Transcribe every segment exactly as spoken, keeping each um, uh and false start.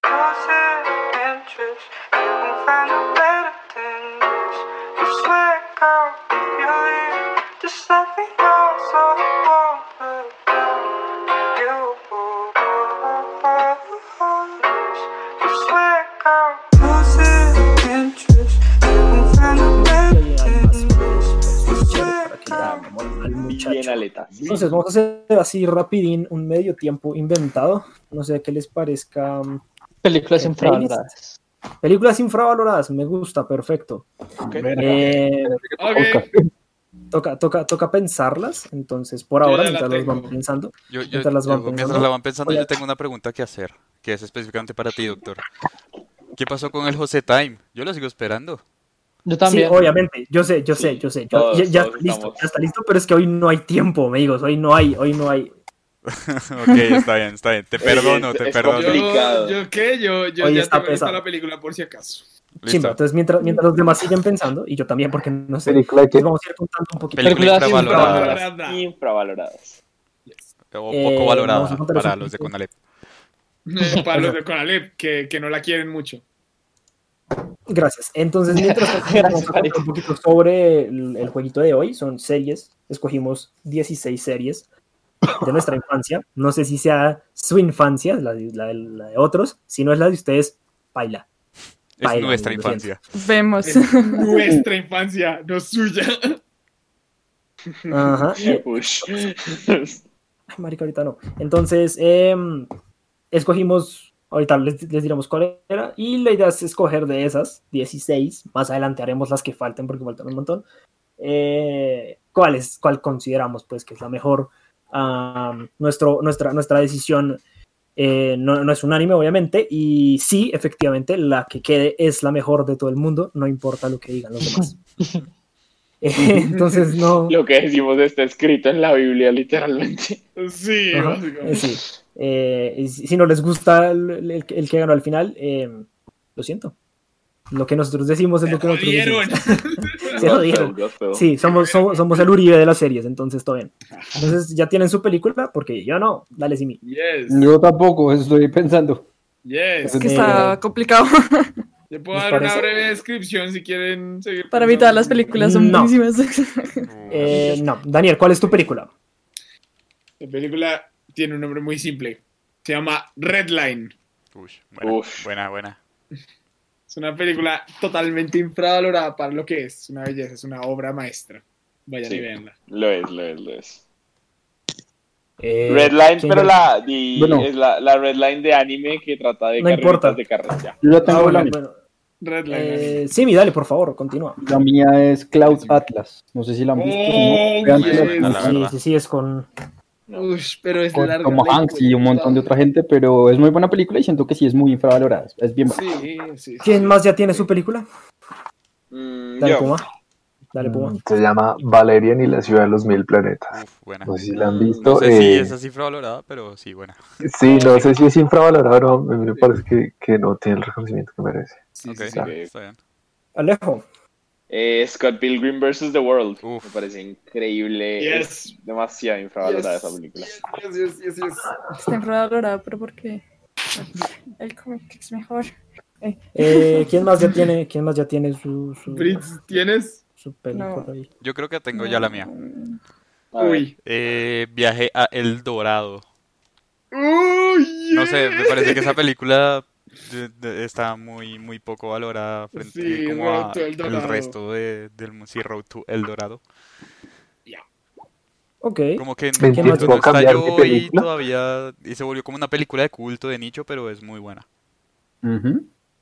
losing interest. You won't find a better than this. You swear, girl, if you leave, just let me know so I won't look down on you. You swear, girl, losing interest. You won't find a better than this. You swear, girl. Al muchacho. Bien aleta. Entonces vamos a hacer así rapidín un medio tiempo inventado. No sé qué les parezca. Películas ¿Qué infravaloradas. Películas infravaloradas, me gusta, perfecto. Eh, Ok. toca, toca, toca pensarlas, entonces por Yo ahora, ya la mientras las van tengo. pensando, Yo, yo, mientras las van yo- mientras pensando, la van pensando, voy a- yo tengo una pregunta que hacer, que es específicamente para ti, doctor. ¿Qué pasó con el José Time? Yo lo sigo esperando. Yo Sí, también. obviamente, yo sé, yo Sí, sé, yo sé. Yo- todos, ya, ya todos está listo, estamos. ya está listo, pero es que hoy no hay tiempo, amigos, hoy no hay, hoy no hay. Ok, está bien, está bien. Te perdono, es- te es perdono. complicado. Yo, Complicado. yo qué, yo, yo Hoy ya está tengo lista pesado. la película por si acaso. Chimba, Listo. entonces mientras, mientras los demás siguen pensando, y yo también, porque no sé, Película que entonces vamos a ir contando un poquito. Película Películas infravalorada. infravaloradas. Infravaloradas. O Eh, poco vamos a valorada contar para un los de poquito. Conalep. Eh, Para los de Conalep, que, que no la quieren mucho. Gracias. Entonces, mientras tanto, Gracias, vamos a contar Marico. un poquito sobre el, el jueguito de hoy. Son series. Escogimos dieciséis series de nuestra infancia. No sé si sea su infancia, la de, la de- la de otros. Si no es la de ustedes, baila. Es Baila, nuestra lo infancia. Vemos. Es nuestra infancia, no suya. Ajá. Eh, Ush. Ay, marica, ahorita no. Entonces, em, escogimos, ahorita les, les diremos cuál era, y la idea es escoger de esas dieciséis, más adelante haremos las que falten porque faltan un montón, eh, cuál, es, cuál consideramos pues que es la mejor. Am, nuestro, nuestra, nuestra decisión eh, no, no es unánime, obviamente, y sí, efectivamente, la que quede es la mejor de todo el mundo, no importa lo que digan los demás. Eh, entonces, no... Lo que decimos está escrito en la Biblia, literalmente. Sí, Ajá, básicamente. eh, sí. Eh, y si si no les gusta el, el- el que ganó al final, eh, lo siento. Lo que nosotros decimos es lo que nosotros Jodieron. decimos. Se jodieron. Gospel, gospel. Sí, somos, somos, somos el Uribe de las series, entonces todo bien. Entonces ya tienen su película, porque yo no. Dale, Simi. Yes, Yo tampoco, estoy pensando. yes. Es que está complicado. Yo puedo ¿Les dar una parece? breve descripción si quieren seguir. Para mí todas las pensando. películas son No. buenísimas. Eh, no, Daniel, ¿cuál es tu película? La película tiene un nombre muy simple. Se llama Redline. Uy, buena, Uf. buena, buena. Es una película totalmente infravalorada para lo que es. Es una belleza, es una obra maestra. Vayan Sí. y véanla. Lo es, lo es, lo es. Eh, Redline, ¿quién pero va? la, di- Bueno. es la, la Redline de anime que trata de No importa. carreritas de carros. Ya. Yo ya Ah, tengo bueno, la mía. bueno. Redline. Eh, Simi, dale, por favor, continúa. La mía es Cloud Atlas. No sé si la han visto. si Oh, no, véanla. yes. Buena, la Sí, verdad. sí, sí, es con... Uy, pero es Con larga. Tom la Hanks y un montón de película. otra gente, pero es muy buena película y siento que sí es muy infravalorada. Es bien buena. Sí, sí. ¿Quién sí. más ya tiene su película? Mm, Dale, yo. Puma. Dale, Puma. Mm. Se llama Valerian y la ciudad de los mil planetas. Uf, buena. No sé si la han Mm, visto. No sé si eh, es así infravalorada, pero sí, buena. Sí, no sé si es infravalorado o no. A mí me parece que, que no tiene el reconocimiento que merece. Sí, Ok, sí, sí. ok. está bien. Alejo. Eh, Scott Pilgrim versus The World. Uf. Me parece increíble. Yes. Es demasiado infravalorada Yes, esa película. yes, yes, yes, yes. Está infravalorada, pero porque el cómic es mejor. Eh, ¿Quién más ya tiene, quién más ya tiene su, su, Fritz, ¿tienes? su película No. ahí? Yo creo que tengo ya la mía. A ver. Uy. Eh, Viaje a El Dorado. Uy. No sé, me parece que esa película de- de- está muy, muy poco valorada frente Sí, como Road a to El el Dorado. resto de, del mu- sí, Road to El Dorado. Ok. Como que Ven, ¿Quién más? cuando ¿puedo cambiar mi estalló y película? todavía y se volvió como una película de culto de nicho, pero es muy buena. Ujú.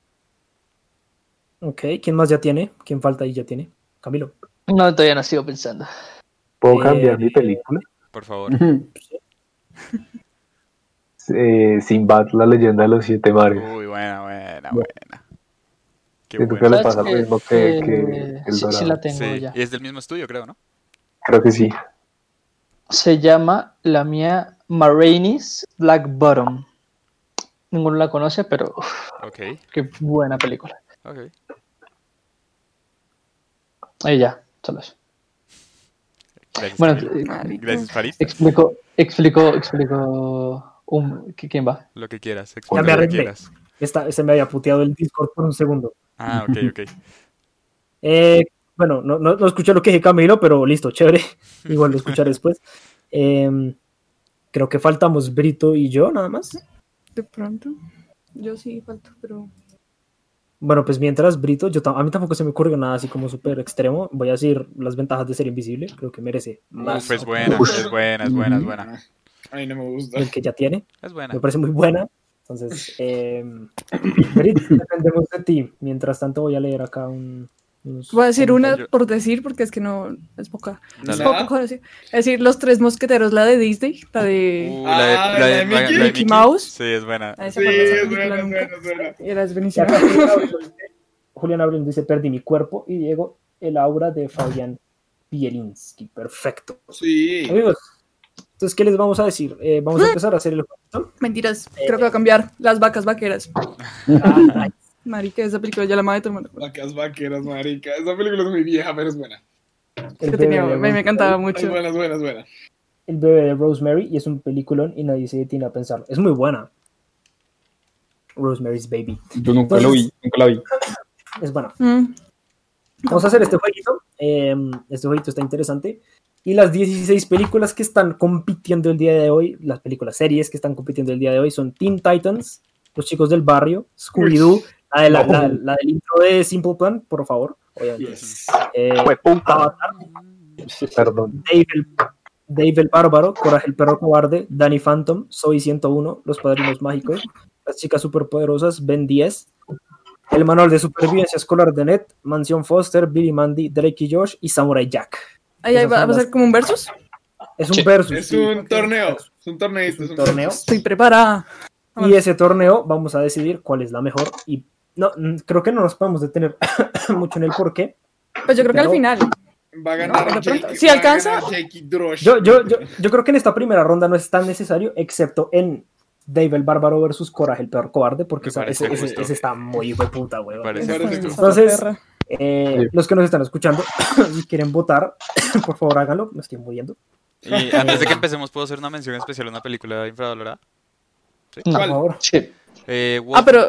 Ok. ¿Quién más ya tiene? ¿Quién falta ahí ya tiene? Camilo. No, todavía no sigo pensando. ¿Puedo Eh, cambiar mi película? Por favor. Ujú. Eh, Sinbad, la leyenda de los siete mares. Uy, buena, buena, buena. Qué Siento que buena. le pasa lo ¿Sabes mismo qué? que, Eh, que el sí, sí Dorado. la tengo Sí, ya. y es del mismo estudio, creo, ¿no? Creo que sí. Se llama la mía Marainis Black Bottom. Ninguno la conoce, pero uf, Ok, qué buena película. ok. Y ya, solo eso. Gracias, Bueno, Camilo. eh, Marica. Gracias, Faris. explico, explico, explico un, ¿qui- ¿quién va? Lo que quieras, Ya explica me lo que arreglé. quieras. Esta, se me había puteado el Discord por un segundo. Ah, ok, ok. Eh, bueno, no, no, no escuché lo que dije Camilo, pero listo, chévere. Igual lo escucharé después. Eh, creo que faltamos Brito y yo, nada más. De pronto. Yo sí falto, pero. Bueno, pues mientras Brito, yo tam- a mí tampoco se me ocurre nada así como súper extremo. Voy a decir las ventajas de ser invisible. Creo que merece más Uf, es buena, es buena, es buena, es buena. A mí no me gusta. del que ya tiene. Es buena. Me parece muy buena. Entonces, eh, Brito, dependemos de ti. Mientras tanto, voy a leer acá un. unos Voy a decir una comentarios. por decir, porque es que no es poca. Es Dale. poco conocida. Es decir, Los Tres Mosqueteros, la de Disney, la de Uh, la de, Ah, la la de, de la de Mickey. Mickey Mouse. Sí, es buena. Nadie Sí, se acuerda de esa es película buena, es nunca. buena, es buena. Era es Y buenísima. acá Julián Abril dice- Julián Abril dice: Perdí mi cuerpo y Diego, el aura de Fabián Pierinski. Perfecto. Sí. Amigos, entonces, ¿qué les vamos a decir? Eh, vamos a empezar a hacer el juego. Mentiras, creo que va a cambiar. Las vacas vaqueras. Ah, Marica, esa película ya la madre de tu hermano. Vacas vaqueras, marica. Esa película es muy vieja, pero es buena. el, Yo bebé tenía, de me, me Rose- encantaba Es mucho. buena, es buena, es buena. el bebé de Rosemary y es un peliculón y nadie se detiene a pensarlo. Es muy buena. Rosemary's Baby. Yo nunca lo vi, nunca la vi. Es buena. Mm. Vamos a hacer este jueguito. Eh, este jueguito está interesante. Y las dieciséis películas que están compitiendo el día de hoy, las películas series que están compitiendo el día de hoy son Teen Titans, Los Chicos del Barrio, Scooby-Doo, la, de la, la- la del intro de Simple Plan, por favor. Obviamente. Yes. Eh, Fue puta. Avatar, Perdón. Dave el, Dave el Bárbaro, Coraje el Perro Cobarde, Danny Phantom, Soy ciento uno, Los Padrinos Mágicos, Las Chicas Superpoderosas, Ben diez, El Manual de Supervivencia Escolar de Ned, Mansión Foster, Billy Mandy, Drake y Josh y Samurai Jack. Ahí, ahí Esas va, son va a las- ser como un versus. Es un Sí. versus. Es sí, un porque- torneo. Es un torneito. Es Es un un torneo. Estoy preparada. Y ese torneo vamos a decidir cuál es la mejor. Y no, mm, creo que no nos podemos detener mucho en el por qué. Pues yo creo que al Pero- final. Va a ganar No, de pronto, Jake. si va a alcanza- ganar Jake Drosh. Yo, yo, yo, yo creo que en esta primera ronda no es tan necesario, excepto en Dave el Bárbaro versus Coraje el Perro Cobarde, porque Me esa- parece ese, ese- justo. ese está muy hijo de puta, weón. Me parece Me parece justo. justo. Entonces, Perra. eh, Sí. los que nos están escuchando, si quieren votar, por favor háganlo, me estoy muriendo. Y antes de que empecemos, ¿puedo hacer una mención especial a una película infravalorada? Por ¿Cuál? favor. Sí. Eh, Wolf- Ah, pero.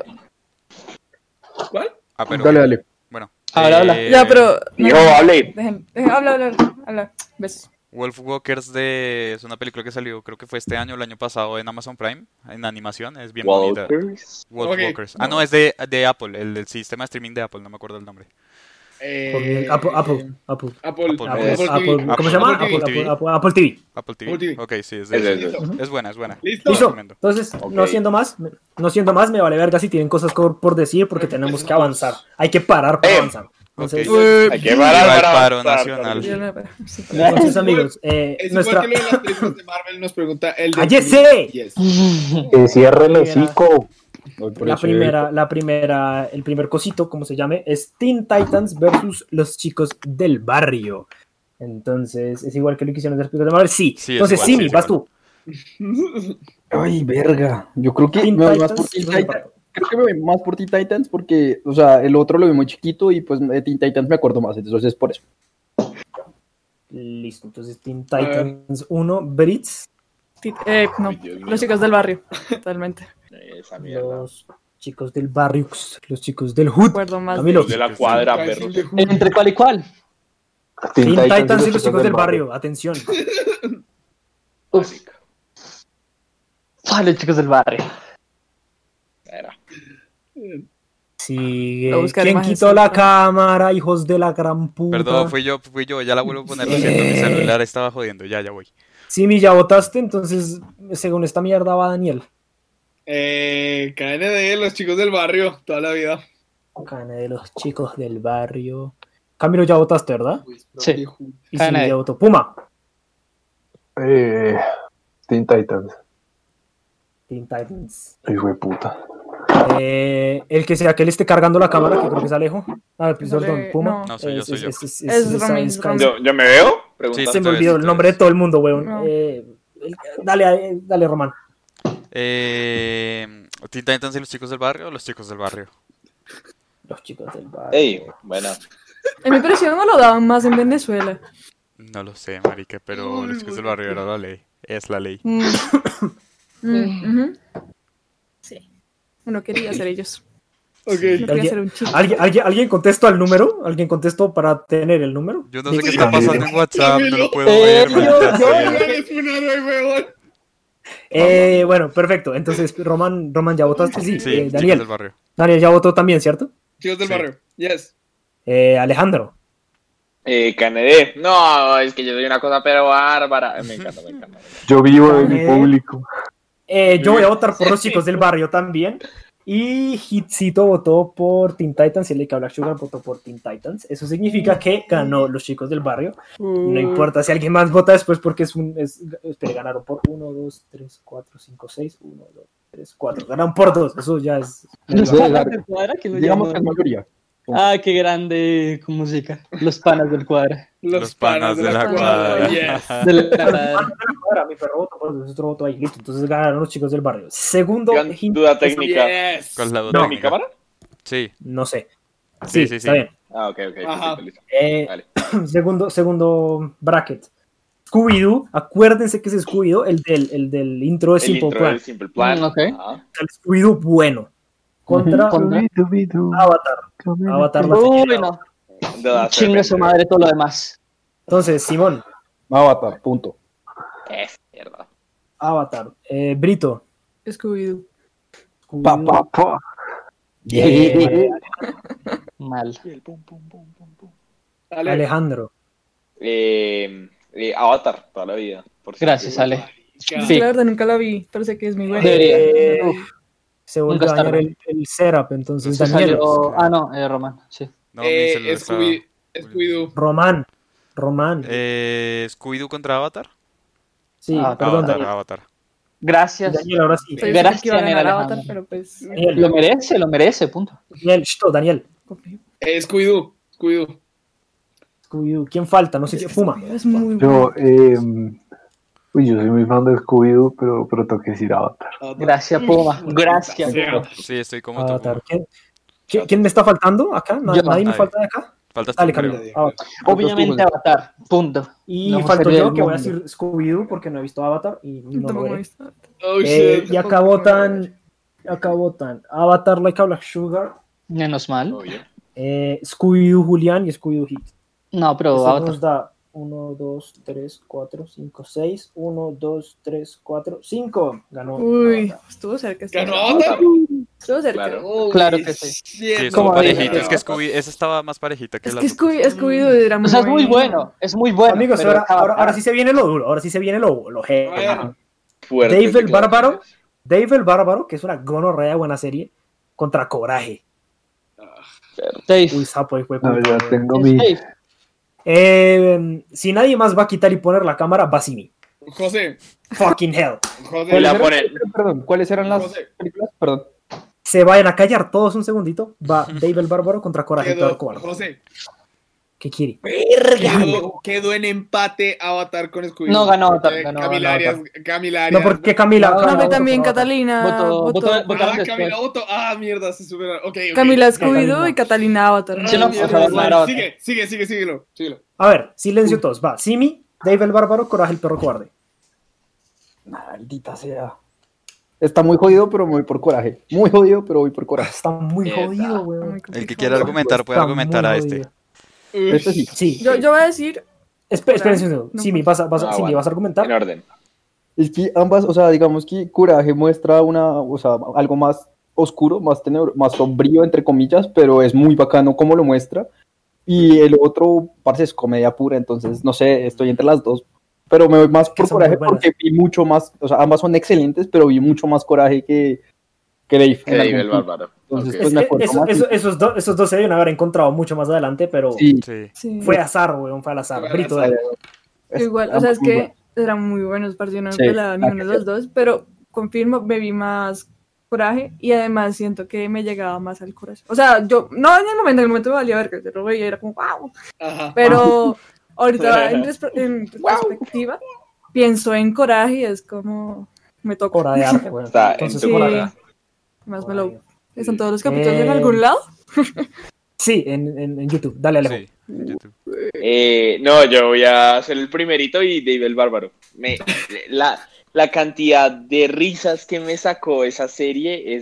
¿Cuál? Ah, pero- Dale, dale. Bueno. Habla, habla. eh, Ya, pero. Hijo, hable. Dejen, dejen, habla, habla, habla. Besos. Wolf Walkers de... es una película que salió, creo que fue este año o el año pasado en Amazon Prime, en animación, es bien bonita. Walkers. Wolf Ok. Walkers. Ah, no, es de, de Apple, el del sistema de streaming de Apple, no me acuerdo el nombre. Eh, Por mi- Apple, Apple, Apple, Apple. Apple. Apple, Apple Apple, T V. ¿cómo se llama? Apple Apple, T V. Apple, Apple, Apple T V. Apple T V. Apple T V. Ok, sí, es de Es de eso. eso. Es buena, es buena. ¿Listo? Listo. Recomiendo. Entonces, Ok. no siendo más, me- no siendo más, me vale verga si tienen cosas por, por decir porque tenemos que avanzar. Hay que parar para Eh. avanzar. Entonces, Ok. Hay que Viva parar el para paro avanzar, nacional. Yo no- sí. entonces, amigos, eh, Es nuestra... igual que lo de las películas de Marvel, nos pregunta el de... ¡Cállese! Yes. Que cierre el Mira. hocico. Voy por La ese- primera, la primera, el primer cosito, como se llame, es Teen Titans versus los chicos del barrio. Entonces, ¿es igual que lo que hicieron las películas de Marvel? Sí. Sí, es Entonces, igual, Simi, sí, es vas igual. tú. Ay, verga. Yo creo que Teen me voy más por Titans, Teen Chicos del Titans. Barrio. Creo que me voy más por Teen Titans porque, o sea, el otro lo vi muy chiquito y pues de Teen Titans me acuerdo más, entonces es por eso. Listo, entonces Teen ver. Titans uno, Brits, Ti- Eh, no, Ay, Dios mío. los chicos del barrio. Totalmente. Esa mierda. los chicos del barrio, los chicos del hood. Recuerdo más. Camilo. De la cuadra, Casi perros. de Who. ¿Entre cuál y cuál? Teen Titans y los chicos del barrio, atención. Uf. Ah, los chicos del barrio. Era. Sigue. Voy a buscar ¿Quién imágenes, quitó la sí. cámara, hijos de la gran puta? Perdón, fui yo, fui yo, ya la vuelvo a poner, lo siento, mi celular estaba jodiendo, ya, ya voy. Simi, ya votaste, entonces, según esta mierda va Daniel. Eh, K N D, los chicos del barrio, toda la vida. Cana de los chicos del barrio. Camilo, ya votaste, ¿verdad? Sí. Y K N Simi D. ya votó. Puma. Eh, Teen Titans. Teen Titans. Hijo de puta. Eh, el que sea que le esté cargando la cámara, que creo que es Alejo. Ah, pues, Sale- perdón, Puma. no. No, soy yo, Es- soy yo. es- es- Es es- Rami, es- es Rami. ¿Yo, ¿Yo me veo? Pregunta. Sí, Se me Entonces, olvidó el nombre de entonces. todo el mundo, weón. No. Eh, el- dale, eh, dale, Román. Eh, Teen Titans y los chicos del barrio, los chicos del barrio. Los chicos del barrio. Ey, bueno. En mi parecer no lo daban más en Venezuela. No lo sé, marica, pero los chicos del barrio era la ley, es la ley. Mm. Mm, ujú. Sí. Uno quería ser ellos. Ok. No quería ¿Alguien- ser un chico. ¿Alguien, alguien, ¿Alguien contestó al número? ¿Alguien contestó para tener el número? Yo no sé Sí. qué está pasando en WhatsApp, no lo puedo Eh, ver. yo- maldita yo- sea. Eres un héroe, huevón. Eh, bueno, perfecto. Entonces, Román, Román, ¿ya votaste? Sí. Sí, Eh, chicos Daniel. del barrio. Daniel ya votó también, ¿cierto? Chicos del Sí. barrio. Yes. Eh, Alejandro. Eh, Canedé. No, es que yo soy una cosa pero bárbara. Me encanta, me encanta. me encanta. Yo vivo de mi Eh. público. Eh, yo voy a votar por los chicos del barrio también. Y Hitcito votó por Teen Titans y el de Black Sugar votó por Teen Titans. Eso significa que ganó los chicos del barrio. No importa si alguien más vota después porque es un... Es, espere, ganaron por uno, dos, tres, cuatro, cinco, seis. uno, dos, tres, cuatro. Ganaron por dos. Eso ya es... Los Sí, panas claro. del cuadra que lo Digamos que es llaman. mayoría. Ah, qué grande con música. Los panas del cuadra. Los panas de la cuadra. Yes. De la cuadra. Ahora, mi perro votó por es otro voto ahí. Listo. Entonces ganaron los chicos del barrio. Segundo... Gran hint- duda técnica. Yes. ¿Cuál es la duda No. ¿De mi técnica? cámara? Sí, No sé. Sí, Sí, sí, está sí. bien. Ah, ok, ok. Ajá. listo, listo. Eh, Vale. segundo, segundo bracket. Scooby-Doo, acuérdense que es Scooby-Doo, el del, el del intro de El Simple intro Plan. del Simple Plan. Mm, ok. Ajá. El Scooby-Doo bueno. Contra Scooby-Doo, Avatar. Avatar la Uy, señora. no. The Last Chingue su Airbender. madre todo lo demás. Entonces, Simón, Avatar, punto. Es mierda. Avatar. Eh, Brito. Scooby-Doo. Scooby-Doo. Pa, pa, pa. Yeah. Mal. Dale. Alejandro. Eh, eh, Avatar, toda la vida. Por Gracias, siempre. Ale. Sí. Sí. La verdad nunca la vi, pero sé que es muy buena. Debería. Eh, Uf, se volvió nunca a dañar está el, el setup, entonces se Daniel. salió- Ah, no, eh, Román, sí. No, mi Eh, celular está- Scooby- Scooby-Doo. Román. Román. Eh, ¿Scooby-Doo contra Avatar? Sí, ah, perdón, Avatar, Daniel. Avatar. Gracias. Daniel, ahora sí. Soy Gracias, que iba a ganar Daniel Avatar, Alejandro. pero pues. Daniel, Lo merece, lo merece, punto. Daniel, shto, Daniel. Eh, Scooby-Doo. Scooby-Doo. Scooby-Doo. ¿Quién falta? No sé qué. Fuma. Es muy Yo, bueno. eh, uy, yo soy muy fan de Scooby-Doo, pero, pero tengo que decir Avatar. Gracias, Puma. Gracias. Sí. Sí, estoy como tú. Avatar. ¿Quién, quién, quién me está faltando acá? ¿Nadie, Yo. nadie me Nadie. falta de acá? Faltas Dale, tú, creo. Camilo. Avatar. Obviamente Avatar, punto. Y No, falto sería yo, el que voy a mundo. decir Scooby-Doo porque no he visto Avatar y no lo Tampoco me he veré. visto. Oh, Eh, shit. y acá votan, acá votan Avatar Like a Black Sugar, Menos mal. Obvio. eh, Scooby-Doo Julián y Scooby-Doo Hit. No, pero Esto Avatar. nos da uno, dos, tres, cuatro, cinco, seis. uno, dos, tres, cuatro, cinco. Ganó. Uy, Avatar. estuvo cerca. estuvo ¿Ganó cerca. Avatar? Estuvo cerca. Claro. Oh, Claro que sí. shit, Sí, estuvo ¿Cómo parejita. dije? Es que Scooby, esa estaba más parejita que Es las que otras. Scooby- Scooby-Doo era muy O sea, es muy bueno, es muy bueno. Amigos, pero ahora, es Avatar. ahora, ahora sí se viene lo duro. Ahora sí se viene lo, lo heavy. Ah, Fuerte. Dave el declaraciones. Bárbaro. Dave el Bárbaro, que es una gonorrea de buena serie, contra Coraje. Dave. Uy, sapo, hijo de No, puta, ya weón. tengo Es mi. Dave. Eh, si nadie más va a quitar y poner la cámara, va Simi. José. Fucking hell. José. la ¿Cuáles pone- eran- Perdón, ¿cuáles eran las José. películas? Perdón. Se vayan a callar todos un segundito. Va Dave el Bárbaro contra Coraje el Quedó, Perro Cobarde. José. ¿Qué quiere? Quedó, quedó en empate Avatar con Scooby-Doo. No, ganó Avatar, Eh, ganó Camila Avatar. Arias. Camila Arias. No, porque Camila. No, No, Camila pero votó también por Avatar. Catalina. Votó- votó- votó- votó- Ah, después. Camila Otto. Ah, mierda, se supera. Ok, ok. Camila Catalina. Scooby-Doo y Catalina Avatar. Ah, Sí, no, mierda, o sea, vale, ganó Avatar. Sigue, sigue, sigue, síguelo. síguelo. A ver, silencio todos. Va, Simi, Dave el Bárbaro, Coraje el Perro Cobarde. Maldita sea. Está muy jodido, pero voy por coraje. Muy jodido, pero voy por coraje. Está muy Mierda. jodido, weón. El que quiera argumentar puede Está argumentar muy a este. jodido. Este sí. Sí. Yo, yo voy a decir. Espe- Espérense un segundo. No, Simi, pues. vas a, vas a- Ah, Simi, bueno. ¿vas a argumentar? En orden. Es que ambas, o sea, digamos que Coraje muestra una, o sea, algo más oscuro, más tenebro, más sombrío, entre comillas, pero es muy bacano cómo lo muestra. Y el otro, parce, es comedia pura, entonces, no sé, estoy entre las dos. Pero me voy más Que por son Coraje muy buenas. porque vi mucho más, o sea, ambas son excelentes, pero vi mucho más Coraje que, que Dave. Que en Dave algún el punto. Bárbaro. Entonces, Ok. pues Es me que acuerdo eso- más. eso- esos, dos, esos dos se deben haber encontrado mucho más adelante, pero Sí, Sí. Sí. fue azar, weón, fue al azar. Fue al Brito, azar. dale. Igual, o ambos sea, es muy que buenos. eran muy buenos, parce, no me Sí, pelaba ninguno de gracias. los dos, pero confirmo, me vi más Coraje y además siento que me llegaba más al corazón. O sea, yo, no en el momento, en el momento me valía ver que yo lo veía y era como, wow, Ajá. pero ahorita en, respe- en perspectiva pienso en Coraje y es como, me toca. Coraje, weón. Está en Entonces, tu Sí, Coraje. más me lo... ¿Están todos los capítulos en Eh, algún lado? Sí, en, en, en YouTube. Dale, Alejo. Sí, en YouTube. Eh, no, yo voy a hacer el primerito y Dave el Bárbaro. Me, la, la cantidad de risas que me sacó esa serie es,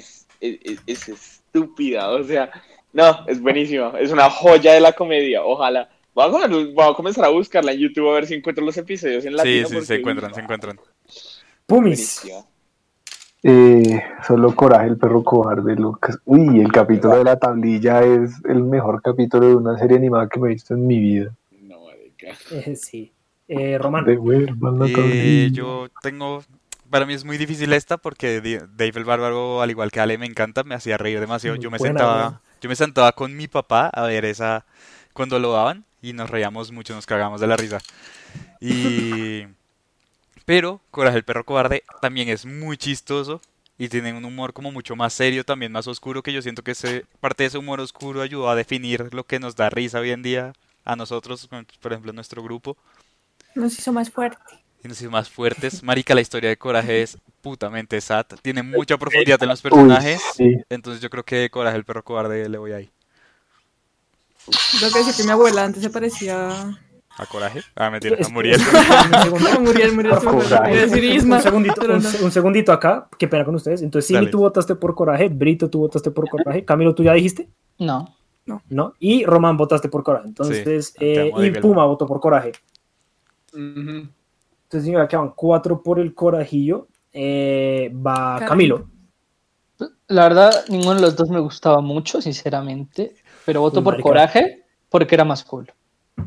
es, es- es estúpida, o sea, no, es buenísima, es una joya de la comedia, ojalá. Voy a, comer- voy a comenzar a buscarla en YouTube a ver si encuentro los episodios en Sí, latino. sí, porque, se encuentran, uy, se encuentran. Pumis. buenísima. Eh, solo Coraje, el perro cobarde, Lucas. Uy, el capítulo de la tablilla es el mejor capítulo de una serie animada que me he visto en mi vida. No, marica. Eh, sí. Eh, Román. Devuelvan la Eh, tablilla. yo tengo, para mí es muy difícil esta porque Di- Dave el Bárbaro, al igual que Ale, me encanta, me hacía reír demasiado. Muy Yo me buena, sentaba, weón. yo me sentaba con mi papá a ver esa cuando lo daban y nos reíamos mucho, nos cagamos de la risa. Y pero Coraje el perro cobarde también es muy chistoso y tiene un humor como mucho más serio, también más oscuro, que yo siento que ese, parte de ese humor oscuro ayudó a definir lo que nos da risa hoy en día a nosotros, por ejemplo, en nuestro grupo. Nos hizo más fuerte. Y nos hizo más fuertes. Marica, la historia de Coraje es putamente sad. Tiene mucha profundidad en los Uy, personajes. sí. Entonces yo creo que Coraje el perro cobarde le voy ahí. Tengo que decir que mi abuela antes se parecía ¿A Coraje? Ah, mentira, a Es- Muriel. es- un segundo. a Muriel, Muriel, se me Coraje. olvidó decir Isma. Un segundito, pero un, no. un segundito acá, qué pena con ustedes. Entonces, Simi, Dale. tú votaste por Coraje, Brito, tú votaste por Coraje, Camilo, tú ya dijiste, No. ¿no? Y Román votaste por Coraje. Entonces, Sí, te eh, amo, y David. Puma votó por Coraje. Ujú. Entonces, ya quedan cuatro por el Corajillo. Eh, va Caramba. Camilo. La verdad, ninguno de los dos me gustaba mucho, sinceramente. Pero voto Uy, por marica. Coraje porque era más cool.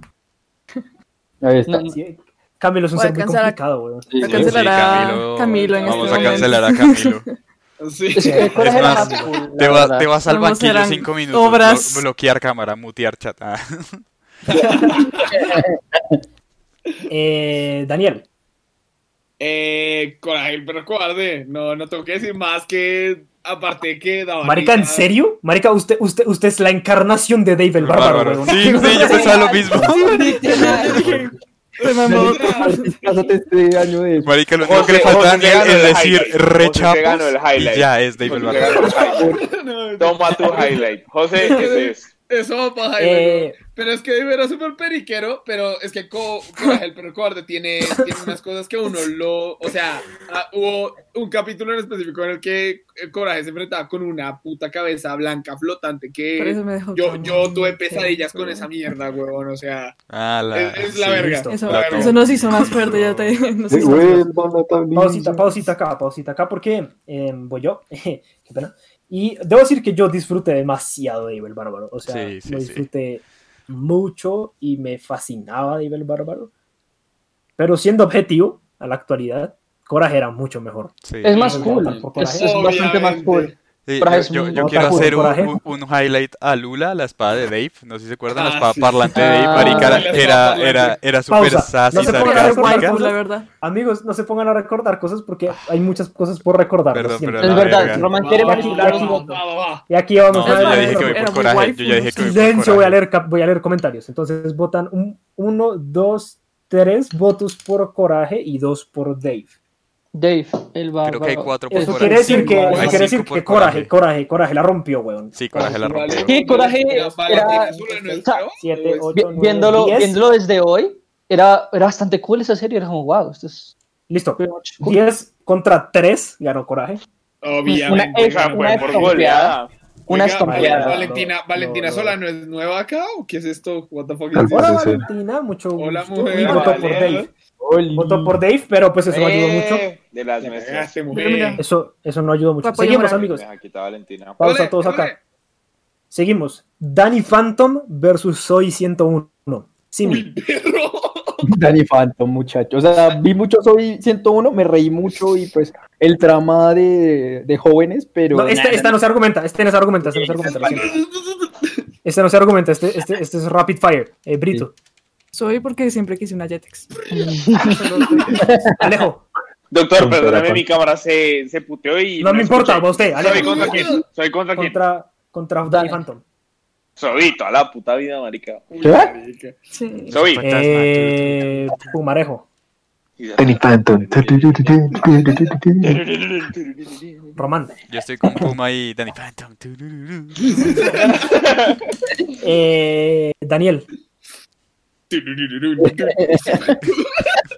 Ahí está. No, Sí, Camilo es un Voy a ser muy cancelar- complicado, weón. Sí, Voy a sí. cancelar a Camilo. Camilo en Vamos este a momento. cancelar a Camilo. Sí. Es que Coraje era más, más cool. Te, la va- verdad. te vas al Vamos, banquillo eran cinco minutos. obras. blo- bloquear cámara, mutear chat. Ah. Eh, Daniel. Eh, Coraje el perro cobarde. No, no tengo que decir más que aparte que daba Marica, ¿en risa. serio? Marica, usted, usted, usted es la encarnación de Dave el Bárbaro, Bárbaro. weón. Sí, sí, yo pensaba lo mismo. Se mamó. Cásate este año de eso. Marica, lo único que José- le falta a José Daniel ganó es el decir highlight. José rechapos ganó el y highlight. ya es Dave el José Bárbaro. ganó el highlight. No, Toma tu highlight. José, ese es. Eso va para Eh, Pero es que Dave era súper periquero, pero es que Co- Coraje el perro cobarde tiene, tiene unas cosas que uno lo... O sea, ah, hubo un capítulo en específico en el que eh, Coraje se enfrentaba con una puta cabeza blanca flotante Por eso que me dejó yo, como- yo tuve pesadillas Sí, con sí. esa mierda, huevón, o sea... Ah, la- Es, es la sí. verga. listo. Eso, la verga. eso nos hizo más fuerte, ya te nos hizo más fuerte. Devuelvan la tablilla. Pausita, pausita acá, pausita acá, porque eh, voy yo. Qué pena. Y debo decir que yo disfruté demasiado de Dave el Bárbaro. O sea, Sí, sí, lo sí. disfruté mucho y me fascinaba Dave el Bárbaro. Pero siendo objetivo, a la actualidad, Coraje era mucho mejor. Sí. Es más Sí, cool. por Es, Coraje. es bastante más cool. Sí, Coraje yo es yo- muy- yo Otaku quiero de hacer un, Coraje. un- un highlight a Lula, la espada de Dave. No sé si se acuerdan, la Ah, espada sí. parlante de Dave. Ah, Marica, la espada era, parlante. era, era súper Pausa. sassy, No se pongan a Era recordar sarcástica. waifu, la cosas. verdad. Amigos, no se pongan a recordar cosas porque hay muchas cosas por recordar. lo Perdón, siento. pero Es la verdad, verga. Roman Va, quiere va, manipular va, su va, voto. va, va. Y aquí vamos No, a yo ya ver. dije que voy Era por muy coraje. waifu. Yo ya dije que voy por Silencio, voy a, coraje. leer, cap- voy a leer comentarios. Entonces votan un, uno, dos, tres votos por Coraje y dos por Dave. Dave, el bárbaro. Creo que hay cuatro por Eso Coraje. quiere decir Cinco. que, Hay eso quiere decir cinco por que Coraje, Coraje, Coraje la rompió, weón. Sí, Coraje la rompió. Sí, Coraje era- Valentín Azul no es o sea, nuevo, siete, ¿o es- ocho, Vi- nueve, viéndolo, diez. viéndolo desde hoy, era, era bastante cool esa serie. Era como, wow, esto es Listo. pretty much cool. diez contra tres ganó Coraje. Obviamente. Una O sea, Una fue por estompeada. goleada. Una Oiga, estompeada. no, Valentina, no, Valentina no, Sola no. no es nueva acá o qué es esto? What the fuck is Al this? Hola parecer. Valentina, mucho Hola, gusto. mujer, Y votó vale. por Dave. Oli. Votó por Dave, pero pues eso no ayudó Eh, mucho. De las Ya nuestras. cagaste, Mira, mujer. mira. Eso, eso no ayudó mucho. Apoyo Seguimos, moral. amigos. Deja quitar a Valentina. Pausa Ole, todos ole. acá. Seguimos. Danny Phantom versus Soy ciento uno. Simi. Uy, perro. Danny Phantom, muchachos. O sea, vi mucho Soy ciento uno, me reí mucho y pues el trama de, de jóvenes, pero... No, este, esta no se argumenta, este no se argumenta, este no se argumenta, lo siento. Este no se argumenta, este, este, este es rapid fire. Eh, Brito. Soy porque siempre quise una Jetex. Alejo. Doctor, Con perdóname, Peracon. mi cámara se, se puteó y. No me importa, escuché. va usted, ¿Soy Alejo. contra quién? ¿Soy contra quién? Contra, contra Danny Phantom. Soy toda la puta vida, marica. Uy, ¿Qué? marica. Sí. Soy. Eh, Pumarejo. Danny Phantom. Román. Yo estoy con Puma y Danny Phantom. Eh, Daniel.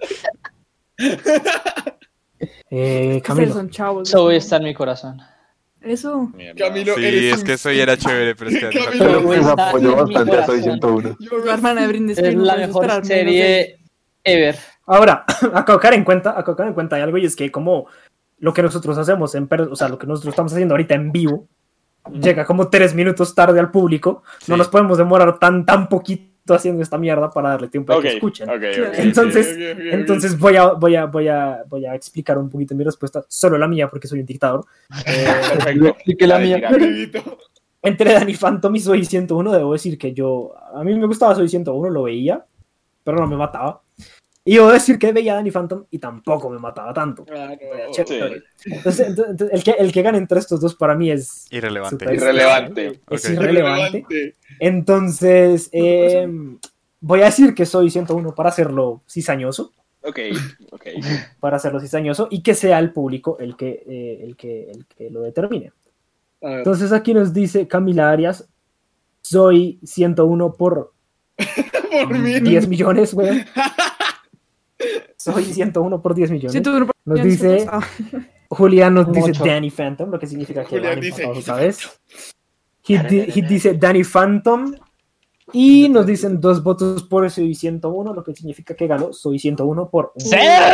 Eh, Ustedes Camilo. son chavos. Zoe está en mi corazón. Eso. Mierda. Camilo, Sí, eres es que soy era chévere, pero es que Camilo. Pero pues Está apoyo en mi bastante a Soy corazón. ciento uno. La hermana de Britney Es Spears. no la puedes mejor esperar menos de serie ever. Ahora, a tocar en cuenta, a tocar en cuenta hay algo y es que como lo que nosotros hacemos en, per- o sea, lo que nosotros estamos haciendo ahorita en vivo, llega como tres minutos tarde al público, Sí. no nos podemos demorar tan, tan poquito haciendo esta mierda para darle tiempo a Ok, que escuchen. ok, ok. Entonces, Ok, ok, ok, ok. entonces voy a, voy a, voy a, voy a explicar un poquito mi respuesta, solo la mía porque soy un dictador. Eh, Perfecto. Explique la Dale, mía. tírale. Amiguito. entre Danny Phantom y Soy ciento uno, debo decir que yo, a mí me gustaba Soy ciento uno, lo veía, pero no me mataba. Y debo decir que veía a Danny Phantom y tampoco me mataba tanto. Ah, no. Chévere. Entonces, entonces, el, que, el que gane entre estos dos para mí es Irrelevante. súper Irrelevante. Es Ok. irrelevante. Entonces, eh, voy a decir que Soy ciento uno para hacerlo cizañoso, Ok, ok. para hacerlo cizañoso y que sea el público el que, eh, el que, el que lo determine. A ver. Entonces aquí nos dice Camila Arias, Soy ciento uno por Por mí. diez millones, güey. Soy ciento uno por diez millones. Si tú no Nos dice, Ah, Julián nos dice Mucho. Danny Phantom, lo que significa que Julián van dice, empatados otra vez. Hit, di- Hit dice Danny Phantom. Y nos dicen dos votos por Soy ciento uno, lo que significa que ganó Soy ciento uno por un. ¡Sí!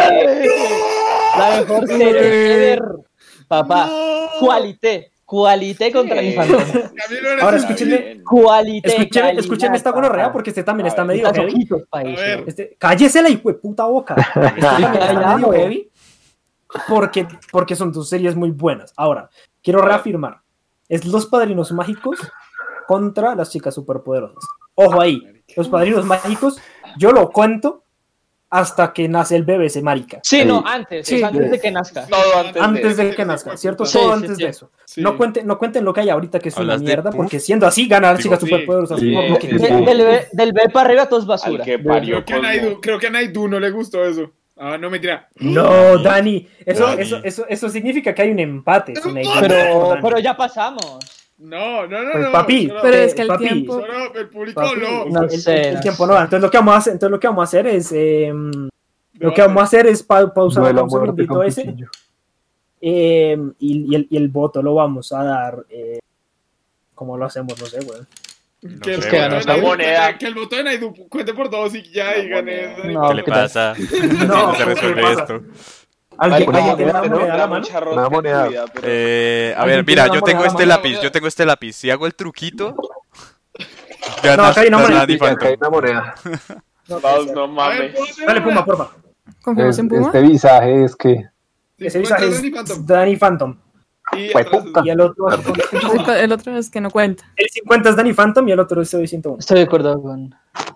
La mejor serie ever. Papá. Cualité. Cualité contra mi Phantom. Camilo, eres Ahora un- escúchenme, Cualité. escúchenme, calidad, escúchenme esta papá. gonorrea porque este también está A ver, medio Estás heavy. ojitos, A país. ver. Este, cállese la hijo de puta boca. Este también está Callado. medio heavy porque, porque son dos series muy buenas. Ahora, quiero reafirmar. Es Los Padrinos Mágicos contra Las Chicas Superpoderosas. Ojo ahí, Los Padrinos Mágicos, yo lo cuento hasta que nace el bebé ese marica. Sí, no, antes. Sí. es antes de que nazca. Todo antes, Antes de... de que nazca, ¿cierto? Sí, Todo sí, antes sí. de eso. Sí. No, cuenten, no cuenten lo que hay ahorita, que es una ¿Hablas de mierda, Puff? porque siendo así, ganan las Digo, Chicas sí, Superpoderosas. sí, por lo sí, que- sí. De- del, B, del B para arriba todo es basura. Al que parió Creo que, a colmo. Naidu, creo que a Naidu no le gustó eso. Ah, no, mentira. No, Dani, eso, Dani. eso, eso, eso significa que hay un empate. si no hay gol por Pero, Dani. pero ya pasamos. No, no, no, Pues, no. papi, solo- Pero es que el papi, tiempo. solo el público papi, no. el, No el- sé, el no tiempo sé. no da. Entonces lo que vamos a hacer, entonces lo que vamos a hacer es eh, lo que vamos a hacer es pa- pausar Duelo a un muerte segundito con ese cuchillo. eh, y, y el, y el voto lo vamos a dar. Eh, ¿Cómo lo hacemos? No sé, güey. No Que el sé, que botón ganó de esta Naidu- moneda. que el botón de Naidu cuente por dos y ya, y Una gané. moneda. No, ¿Qué le ¿qué tal? pasa? No, ¿Cómo se ¿qué resuelve pasa? esto? ¿Alguien, Una ¿alguien tiene una moneda, ¿no? moneda a la Da mano? mucha Una rosca en moneda. tu vida, pero- Eh, a ¿Alguien ver, tiene mira, una yo tengo moneda? este Moneda, lápiz, moneda. yo tengo este lápiz. Si hago el truquito, No, ganas, acá hay una gana moneda. Danny Sí, acá hay Phantom. una moneda. No, Vamos, que no A ver, mames. ponte Dale, una. Puma, porfa. ¿Confiamos Es- en Puma? este visaje es que. Ese cincuenta mensaje Danny es Phantom. Danny Phantom. Y Fue atrás- puta. Y el otro, El, el otro es que no cuenta. el cincuenta es Danny Phantom y el otro es Soy ciento uno. Estoy de acuerdo con.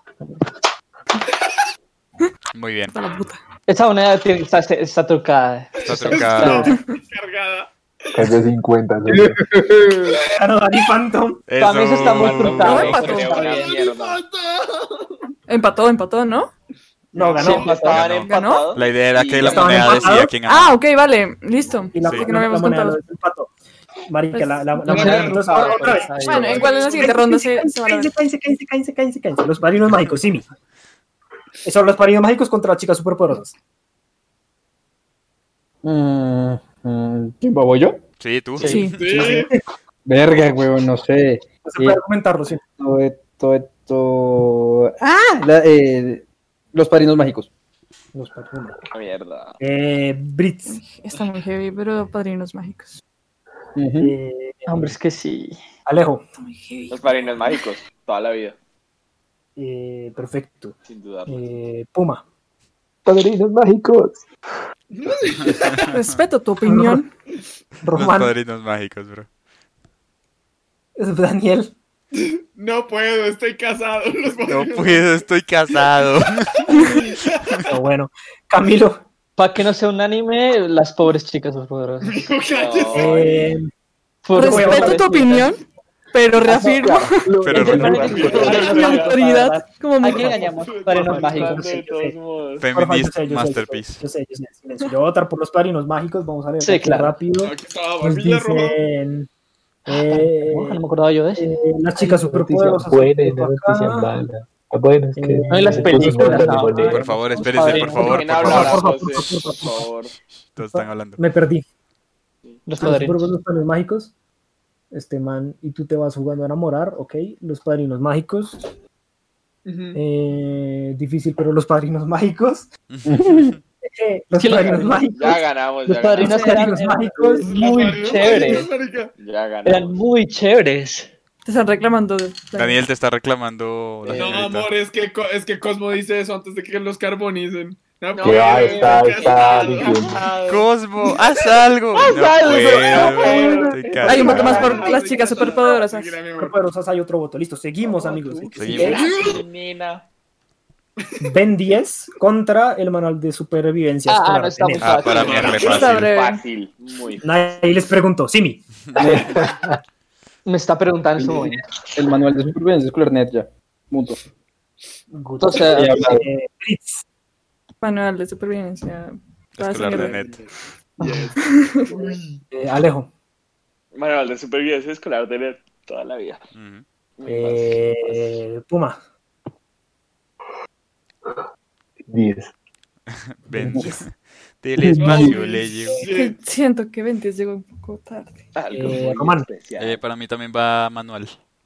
Muy bien, Está la puta. Esta moneda tiene- está, está trucada. está trucada. Cargada. Que es de cincuenta. ¿no? Ganó Danny Phantom. Para mí eso está muy Eso. trucado. No, empató. Creo una mierda. Empató, empató, ¿no? No, ganó. Sí, Estaban Ganó. empatados. La idea era y que la estaban moneda decía empatados. quién ganaba. Ah, ok, vale, listo. Y la, Sí. la- Que no habíamos la moneda contado. lo desempató. Marica, Pues, la, la, la no moneda. me Entonces, gustaba, ahora, otra vez. pero está Bueno, bien. igual en la siguiente ronda se, se van a ver. Cállense, cállense, cállense, cállense, cállense. Los padrinos mágicos, Simi. Son los padrinos mágicos contra las chicas superpoderosas. Mm, mm, ¿Quién voy yo? Sí, tú. Sí. Sí. Verga, huevón, no sé. No se puede argumentarlo, sí. Esto, esto, esto. ¡Ah! La- eh, los padrinos mágicos. Los padrinos mágicos. Ah, Mierda. Eh, Brits. Está muy heavy, pero padrinos mágicos. Ujú. Eh, Hombre, es que sí. Alejo. Está muy heavy. Los padrinos mágicos. Toda la vida. Eh, perfecto. Sin dudar. Eh, Puma. Padrinos mágicos. Respeto tu opinión. Los Román. padrinos mágicos, bro. Daniel. No puedo, estoy casado. Los No padrinos- puedo, estoy casado. Oh, bueno. Camilo. Para que no sea un anime, las pobres chicas superpoderosas. Dijo, cállese. Eh, Pobres Respeto Respeto tu chicas. opinión, pero reafirmo Pero Entre no, padrinos mi mágicos, autoridad como Aquí mujer. engañamos, padrinos mágicos. De todos modos. porfa, yo Feminist sé, yo sé, Masterpiece. Yo sé, yo sé. Silencio. Yo voy a votar por los padrinos mágicos. Vamos a ver Sí, aquí claro. rápido. Aquí estaba Nos Barbilla Roja. dicen. Eh, Ojalá, no me acordaba yo de eso. eh, las chicas superpoderosas. Buena y por una noticia acá. mala. Bueno, es que. No, y las películas, no. Por favor, espérese, por Padrinos. favor, ¿Quién por habla favor. ahora, Por favor, José? por favor, Por favor. Todos están hablando. Me perdí. Los Los padrinos. superpoderes mágicos. este man, y tú te vas jugando a enamorar, ok, los padrinos mágicos, Ujú. eh, difícil, pero los padrinos mágicos, eh, los Sí, la- padrinos mágicos, Ya ganamos, Los ya padrinos ganamos. eran, los eran mágicos, muy Los chéveres. marica. Ya Eran ganamos. muy chéveres. Te están reclamando. Daniel te está reclamando la Eh, No, señorita. amor, es que, Co- es que Cosmo dice eso antes de que los carbonicen. No, No, ¿Qué va? puedo, Está, qué está asado. diciendo. Cosmo, haz algo. Haz no algo, puedo. no puedo. Estoy Hay un voto más cansado. por las chicas superpoderosas. Tranquila, mi amor. superpoderosas, hay otro voto, listo, seguimos amigos. El que Seguimos. sigue Nena. es Ben diez contra el manual de supervivencia Ah, escolar no está de muy Ned. Ah, para mí es re Está fácil. breve. Fácil, muy fácil. Nadie les preguntó, Simi. Me está preguntando en su momento. El manual de supervivencia escolar net ya. Punto. Good. O sea, Ya hablado. Eh, Fritz, Manual de supervivencia. Toda Escolar de esa net. Yes. Uy. eh, Alejo, Manual de supervivencia escolar de Ned toda la vida. Ujú. Muy eh, Puma, diez. Ven. Del espacio le llevo. Es que siento que Ventis llegó un poco tarde. fácil. Algo Eh, muy Román. especial. Eh, para mí también va manual.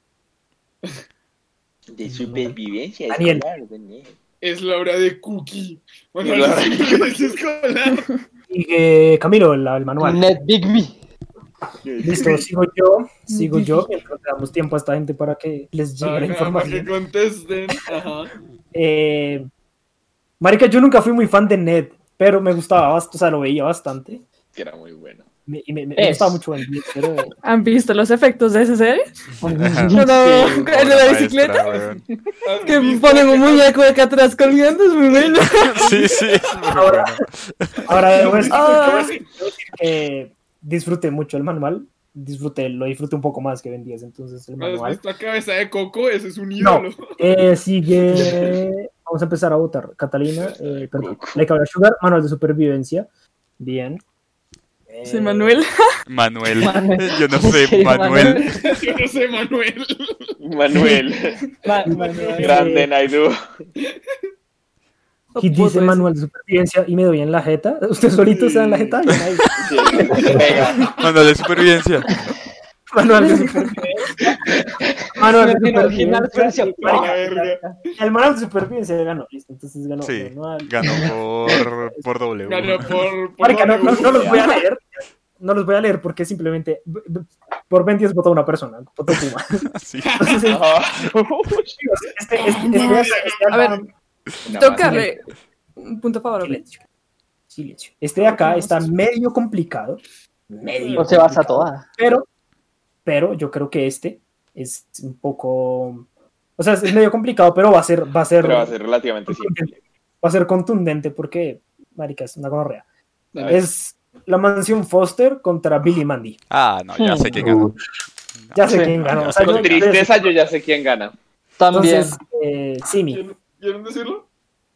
De supervivencia Daniel. escolar de Ned. Es la hora de Cookie. Bueno, Es la hora de es escolar. y eh, Camilo, el, el manual. Ned Bigby. Listo, sigo yo, sigo yo, mientras le damos tiempo a esta gente para que les llegue la Ajá, para que información. contesten. Ajá. Eh, marica, yo nunca fui muy fan de Ned, pero me gustaba bastante, o sea, lo veía bastante. Que era muy bueno. Me, y me, me Es. gustaba mucho Ben diez, pero ¿Han visto los efectos de esa serie? Ajá. Cuando el de la Obra bicicleta, maestra, weón. que ponen un muñeco de acá atrás colgando, es muy bueno. Sí, sí. es muy ahora, bueno. ahora debo decir, Ah. debo decir- debo decir que disfruté mucho el manual, disfruté, lo disfruté un poco más que Ben diez, entonces el ¿Has manual. visto a cabeza de coco? Ese es un No, ídolo. eh, sigue, vamos a empezar a votar. Catalina, eh, perdón, Like a Sugar, manual de supervivencia, bien. Eh, Sí, Manuel. Manuel. Manuel. Yo no ¿En sé, serio, Manuel. Yo no sé, Manuel. Manuel. Ma- Manuel. Grande Naidu. Y dice manual de supervivencia y me doy en la jeta. ¿Usted solito se da en la jeta? Yo ahí. Sí, venga. Manual de supervivencia. Manual de supervivencia. Manual de Me imagino al supervivencia. Francia. A la verga. El manual de supervivencia ganó, listo. Entonces ganó. Sí, manual. ganó por, por W. Ganó por. por Marica, no, no- no los voy a W. leer. No los voy a leer porque simplemente b- b- por Ben diez votó una persona, votó Puma. Sí. Entonces, Ah. este, este, este, este A ver, Una tengo más. que darle un punto favorable. Silencio. Silencio. Este de acá está medio complicado. Medio. No se basa complicado, toda. Pero, pero yo creo que este es un poco. O sea, es medio complicado, pero va a ser, va a ser, Pero va a ser relativamente simple. va a ser contundente porque, marica, es una gonorrea. A ver. Es la mansión Foster contra Billy Mandy. Ah, no, ya sé quién ganó. Uh, Ya sé Sí. quién ganó. Ya O sea, Con yo- tristeza yo ya sé quién gana. También. Entonces, eh, Simi. ¿Quieren- ¿Quieren decirlo?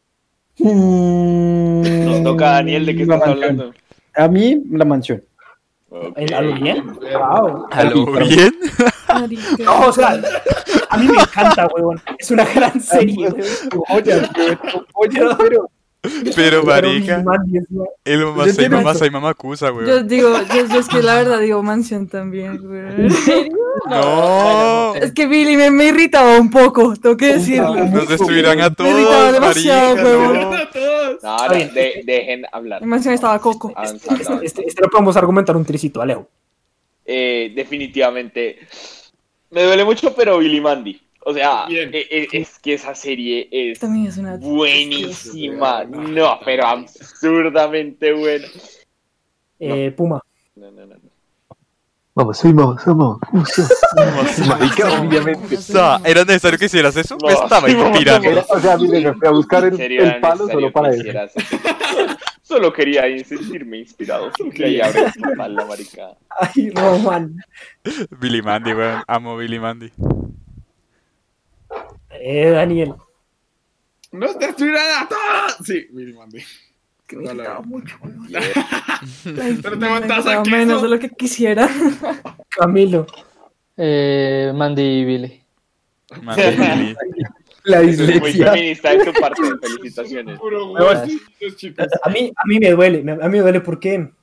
Nos toca a Daniel, ¿de qué La estás mansión. hablando? A mí, la mansión. Ok. ¿En- ¿A lo bien? Wow. ¿A lo bien? Marica. No, o sea, a mí me encanta, huevón. Es una gran serie, huevón. Joyas, joyas, pero Pero, Pero marica, Billy Mandy es una- el mamá Yo soy entiendo mamá eso. soy mamacusa, Yo weón. digo, yo, yo es que la verdad digo mansión también, güey. ¿En serio? No. Es que Billy me, me irritaba un poco, tengo que decirlo. Nos destruirán a Me irritaba todos, demasiado, marica, weón. no. A todos. No, ahora, de- dejen hablar. En mansión estaba Coco. Avanzando, Este, este, este lo podemos argumentar un tricito, Alejo. Eh, definitivamente. Me duele mucho, pero Billy Mandy. O sea, Bien. eh, eh, es que esa serie es También es una. buenísima. No, pero absurdamente buena. Eh, Puma. No, no, no. no. Vamos, soy mamá, soy mamá. Marica, obviamente. O sea, ¿era necesario que hicieras eso? Me No, estaba sí, vamos, inspirando. Era- o sea, mire, me fui a buscar el, Sería el palo necesario solo para que eso. hicieras eso. Solo quería sentirme inspirado. Y ahí abre su espalda, marica. Ay, Roman. Billy Mandy, weón. Amo Billy Mandy. Eh, Daniel. ¡Nos destruirán a todos! Sí, Billy Mandy. Que me No, la irritaba verdad. mucho. Pero te Me aguantas irritaba aquí. menos de lo que quisiera. Camilo. Eh, Mandy y Billy. Mandy Billy. la Eso es muy dislexia. feminista de tu parte. Felicitaciones. Puro Pero huevos, chicos. A mí, a mí me duele, me- a mí me duele porque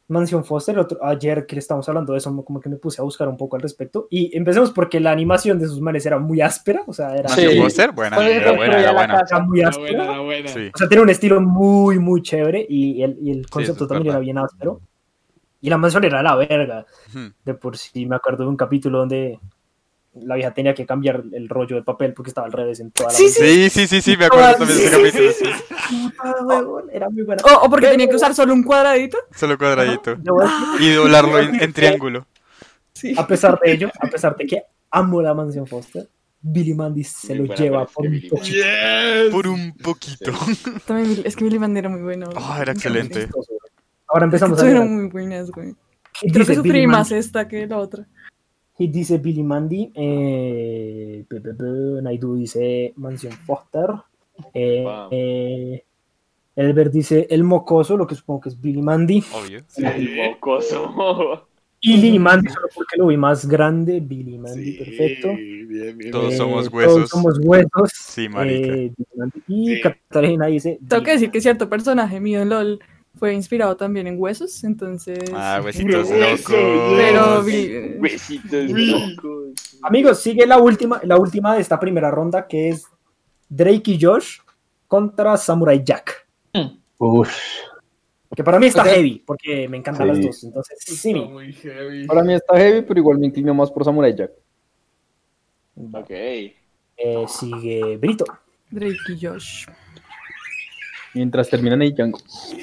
Mansión Foster, el otro, ayer que le estábamos hablando de eso, como que me puse a buscar un poco al respecto. Y empecemos porque la animación de sus manes era muy áspera, o sea, era, Sí. Mansión Foster, buena, Pues, era buena, era la buena. casa. era muy La áspera. buena, la buena. Sí. O sea, tiene un estilo muy, muy chévere y el, y el concepto eso es también verdad. era bien áspero. Y la mansión era la verga. Ujú. De por sí me acuerdo de un capítulo donde la vieja tenía que cambiar el rollo de papel porque estaba al revés en toda la Sí, mansión. Sí, sí, sí, sí, me acuerdo también de ese Sí, capítulo, sí, sí. Ah, huevón, era muy buena. O, o porque tenía que usar solo un cuadradito. Solo cuadradito. Yo voy a decir, Y doblarlo en, en triángulo. Sí. a pesar de ello, a pesar de que amo la mansión Foster, Billy Mandy se Muy lo buena, lleva pero es por que un Billy poquito. Yes. Por un poquito. También, Billy- es que Billy Mandy era muy bueno. Oh, era excelente. Ahora empezamos a Todas ver. eran muy buenas, güey. ¿Qué Creo que dice sufrí Billy más Mandy? esta que la otra. Y dice Billy Mandy, eh, pe- pe- pe, Naidu dice Mansión Foster, eh, Wow. eh, Elber dice El Mocoso, lo que supongo que es Billy Mandy, Obvio. El mocoso. y Billy Mandy, solo porque lo vi más grande, Billy Mandy, Sí, perfecto. bien, bien. Todos Eh, somos Todos huesos. somos huesos. Sí, marica. eh, Billy Mandy. Y Sí. Catalina dice Tengo que Billy decir que cierto personaje mío en LOL fue inspirado también en huesos, entonces. Ah, huesitos Puro hueso, locos. Pero Billy- Besitos Uy. locos. Amigos, sigue la última, la última de esta primera ronda, que es Drake y Josh contra Samurai Jack. Uff. Que para mí está Ok. heavy, porque me encantan Sí. las dos. Entonces, sí. Está muy heavy. Para mí está heavy, pero igual me inclino más por Samurai Jack. Ok. Eh, sigue Brito. Drake y Josh. Mientras terminan ahí Django.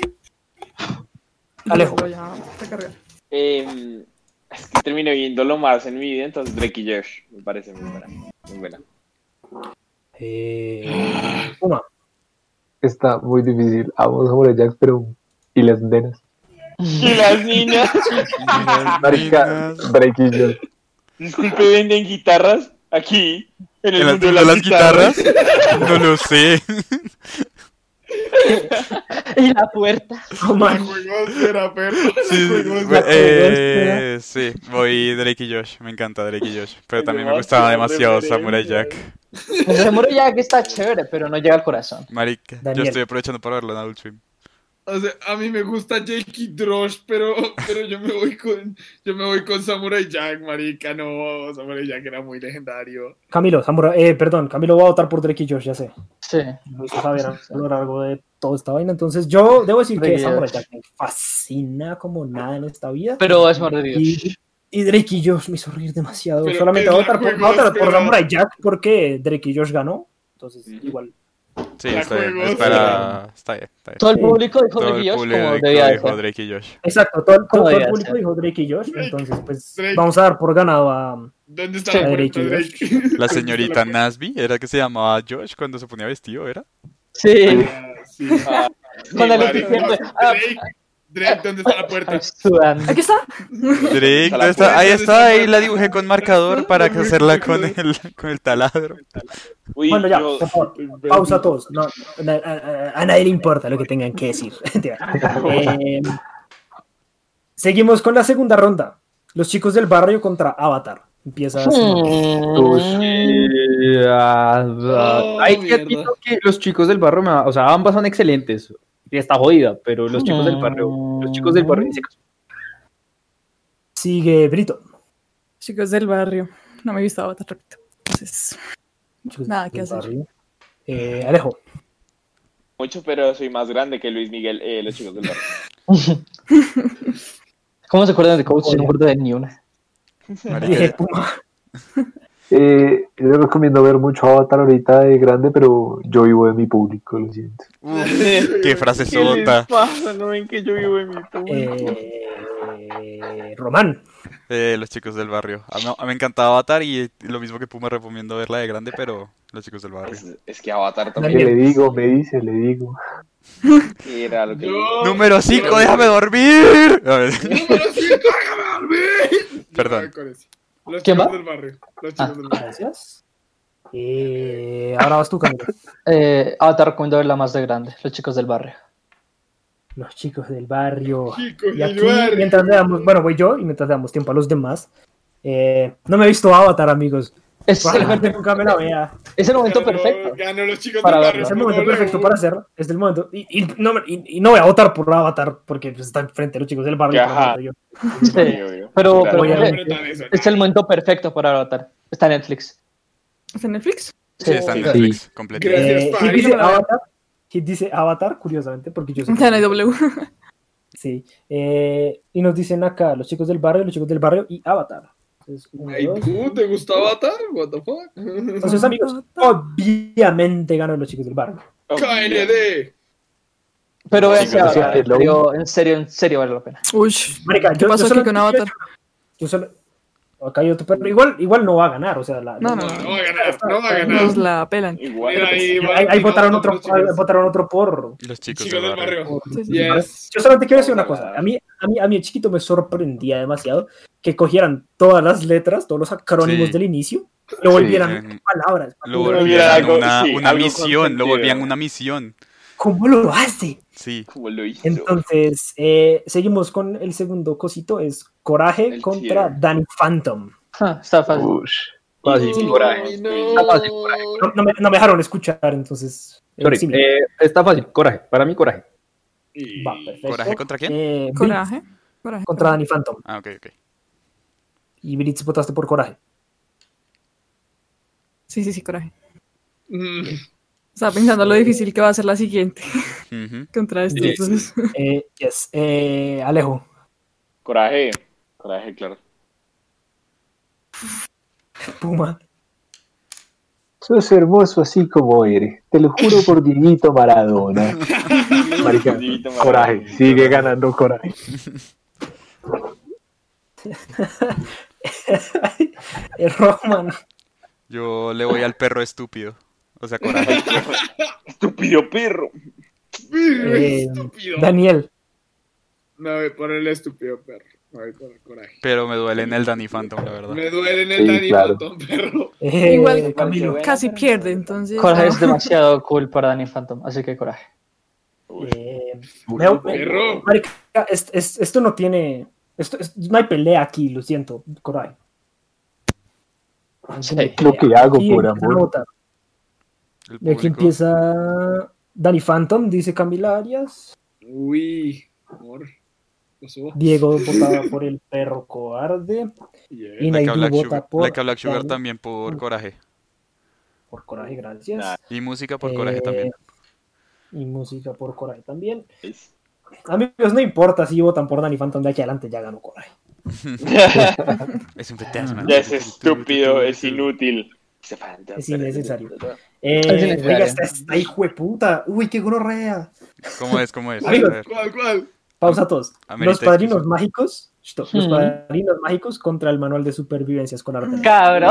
Alejo. Voy a recargar. Eh, es que terminé viéndolo más en mi vida, entonces Drake y Josh me parece muy buena. Muy buena. Eh, Puma. Está muy difícil. Amo Samurai Jack, pero. ¿Y las nenas? Y las niñas. Marica, Drake y Josh. Disculpe, ¿venden guitarras? Aquí, en el ¿En las, mundo de de las, las guitarras? No lo sé. Y la puerta. Oh, man. Juegos era perro. Sí, Juegos bu- de- eh, sí, voy Drake y Josh. Me encanta Drake y Josh. Pero también me Demasiado gustaba demasiado referencia. Samurai Jack. El Samurai Jack está chévere, pero no llega al corazón. Marica, yo Daniel. estoy aprovechando para verlo en Adult Swim. O sea, a mí me gusta Jake y Drosh, pero, pero yo me voy con yo me voy con Samurai Jack, marica, no, Samurai Jack era muy legendario. Camilo, Samurai, eh, perdón, Camilo va a votar por Drake y Josh, ya sé. Sí. Lo hizo saber a lo largo de toda esta vaina. Entonces, yo debo decir que Drake y Samurai Josh. Jack me fascina como nada en esta vida. Pero es mejor de Dios. Y, y Drake y Josh me hizo reír demasiado. Pero Solamente es voy a la votar por, juegos, voy a votar por pero- Samurai Jack porque Drake y Josh ganó. Entonces, Ujú. igual. Sí, La está bien. juegos, Es para... Está bien, está bien. Todo el Sí. público dijo Todo Drake el y Josh público como debía de dijo ser. Drake y Josh. Exacto, todo, todo- todo el debía público ser. dijo Drake y Josh. Drake. Entonces, pues Drake. vamos a dar por ganado a. ¿Dónde está Sí, la Drake puerta, y Drake? La señorita Nasby, ¿era que se llamaba Josh cuando se ponía vestido, era? Sí. Ah, sí. Ah, Con el Marica, etiquete. Ah, Drake, Drake, ¿dónde está la puerta? estoy sudando. Aquí está. Drake, A la ¿dónde está? puerta Ahí de está, ahí esa la puerta. dibujé con marcador para hacerla con el, con el taladro. uy, Bueno, ya, yo- por favor, pausa todos. No, a, a- a nadie le importa lo que tengan que decir. Eh, seguimos con la segunda ronda. Los chicos del barrio contra Avatar. Empieza así. Ush, eh, ah, ah, Oh, hay que mierda. admito que los chicos del barrio, me va- o sea, ambas son excelentes. Y está jodida, pero los chicos del barrio, los chicos del barrio, Sigue Brito. Chicos del barrio. No me he visto Avatar, repito. Entonces, Chicos Nada que del hacer. barrio. Eh, Alejo. mucho, pero soy más grande que Luis Miguel, eh, los chicos del barrio. ¿Cómo se acuerdan de Coach? Yo no me acuerdo de ni una. Dije Marica, Puma. Eh, yo les recomiendo ver mucho Avatar ahorita de grande, pero yo vivo de mi público, lo siento. uf, qué frase ¿Qué les sota. pasa? ¿No ven que yo vivo en mi público? Eh, Román. Eh, los chicos del barrio. A mí, a mí me encantaba Avatar y lo mismo que Puma recomiendo verla de grande, pero los chicos del barrio. Es, es que Avatar ¿Qué también le digo? Me dice, le digo. era lo que... Yo- Número cinco, déjame dormir. A ver, Número cinco, déjame dormir. Perdón. Yo voy con ese. Los ¿Quién chicos va? del barrio. Los chicos Ah. del barrio. Gracias. Eh, ahora vas tú, Camilo. Eh, ah, te recomiendo verla más de grande. Los chicos del barrio. Los chicos del barrio. Chicos Y del aquí, barrio. mientras le damos, bueno, voy yo y mientras le damos tiempo a los demás. eh, no me he visto Avatar, amigos. Es el, Probablemente nunca me la vea. es el momento Ganó- perfecto. Ganó los chicos Para del verlo. barrio. Es el por momento W. perfecto para hacerlo. Es el momento. Y, y no, me- y, y no voy a votar por Avatar porque pues, están frente a los chicos del barrio. Ya, ajá. Yo- Sí, Obvio, obvio. pero, Claro. pero Voy a- es, apretar eso, es el momento perfecto para Avatar. Está en Netflix. ¿Está en Netflix? Sí, está en Sí. Netflix, completo. Gracias, Eh, Fari. Hit dice No me la veo. Avatar. Hit dice Avatar, curiosamente, porque yo sé Está en que- I W. Sí. Eh, y nos dicen acá los chicos del barrio, los chicos del barrio y Avatar. Entonces, uno, Ay, dos. ¿tú te gustó Avatar? What the fuck? Entonces, amigos, obviamente ganó los chicos del barrio. K N D. Pero Sí, véanse gracias. Avatar, en serio, en serio, en serio vale la pena. Uy, Marica, ¿qué yo- pasó yo aquí solo- con Avatar? Yo solo. Acá hay otro perro. Igual, igual no va a ganar, o sea, la, No, No, no va a ganar, no va a ganar. Nos la pelan. Igual. Mira ahí, ahí, va- ahí votaron va- otro, los chicos. ahí votaron otro por. Los chicos, Chicos del barrio. por- Sí, sí. Yes. Yo solamente quiero decir una cosa. A mí, a mí, a mí de chiquito me sorprendía demasiado que cogieran todas las letras, todos los acrónimos Sí. del inicio, y lo volvieran Sí. palabras. Lo Hubiera volvían algo- una, sí, una algo con misión, lo sentido. volvían una misión. ¿Cómo lo hace? Sí. Como lo hizo. Entonces, eh, seguimos con el segundo cosito, es Coraje El contra tier. Danny Phantom. Ah, está fácil. Ush. Fácil, Uy, coraje. no. Está fácil, coraje. No, no me, no me dejaron escuchar, entonces... eh, Sorry, sí, eh, está fácil, coraje. Para mí, coraje. Y- va, perfecto. ¿Coraje contra quién? Eh, Blitz Coraje. Coraje. contra Danny Phantom. Ah, ok, ok. Y Blitz votaste por Coraje. Sí, sí, sí, coraje. Mm. Estaba pensando lo difícil que va a ser la siguiente Ujú. contra estos. Sí. Entonces, Eh, yes. Eh, Alejo. Coraje. Coraje, claro. Puma. Sos hermoso así como eres. Te lo juro por Dieguito Maradona. Marica, Dieguito Maradona. coraje. Sigue ganando coraje. Eh, Roman. Yo le voy al perro estúpido. O sea, coraje. Estúpido perro. Eh, Estúpido. Daniel. Me voy por el estúpido perro. Me voy por el coraje. Pero me duele en el Danny Phantom, la verdad. Me duele en el Sí, Danny claro. Phantom, perro. Eh, Igual, Camilo. casi pierde, entonces. Coraje ah, es demasiado cool para Danny Phantom, así que coraje. Eh, me- Perro. marica, es- es- esto no tiene. Esto, es- no hay pelea aquí, lo siento. Coraje. Sí, lo que hago Aquí por empiezan a amor. votar. El Y aquí público. empieza Danny Phantom, dice Camila Arias. Uy, amor. ¿Qué pasó? Diego votaba por el perro cobarde. Yeah. Y Like a Naidu Black vota Sugar, por, Like a Black Sugar Dani- también por coraje. por coraje, gracias. Nah. Y música por coraje Eh, también. Y música por coraje también. Es- Amigos, no importa si votan por Danny Phantom de aquí adelante, ya ganó coraje. Es un fantasma. Ya es estúpido, es inútil. Es innecesario. Eh, Es innecesario. oiga, esta, esta hijo de puta. Uy, qué gonorrea. ¿Cómo es? ¿Cómo es? A Amigos. ver. ¿Cuál, cuál? Pausa todos. Amerita Los padrinos discusión. mágicos. Stop. Los Hmm. padrinos mágicos contra el manual de supervivencias con arte. ¡Cabrón!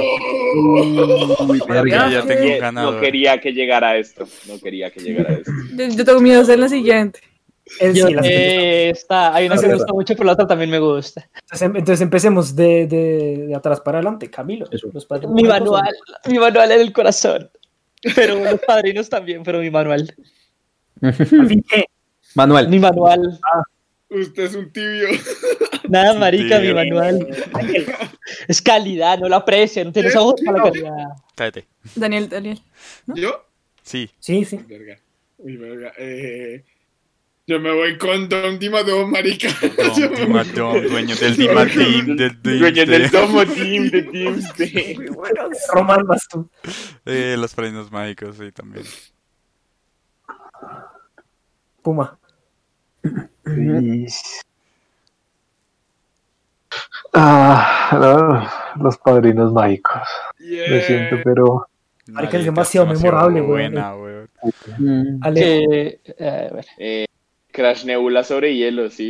Uy, Ya, ya tengo un no ganador. quería que llegara esto. No quería que llegara esto. Yo, yo tengo miedo de hacer la siguiente. Eh, sí, Yo- la siguiente eh, está, hay una Ah, que me verdad. gusta mucho, pero la otra también me gusta. está. Entonces, em- entonces empecemos de, de- de atrás para adelante. Camilo. Eso. Los padrinos Mi mágicos manual, mi manual en el corazón. Pero los padrinos también, pero mi manual. son- Al fin, ¿qué? Manuel. Mi manual. Usted es un tibio. Nada, marica, mi tío. manual. Eh, Daniel. Es calidad, no la aprecio, no tienes ojos para la calidad. Cállate. Daniel, Daniel. ¿Yo? Sí. Sí, sí. Verga. Uy, verga. Eh, yo me voy con Don Dimadón, marica. Yo Dom, me voy Dimadom, dueño del Dimadim, del Dueño del Doomsday. Domo Team, de Teamsday. Román, vas tú. Eh, los padrinos mágicos, sí, también. Puma. Y- Ah, no, los padrinos mágicos. Yeah. Lo siento, pero Marica, es Marica, demasiado memorable, weón. buena, weón. Mm. Ale. Que, eh, a ver. Eh, Crash Nebula sobre hielo, sí.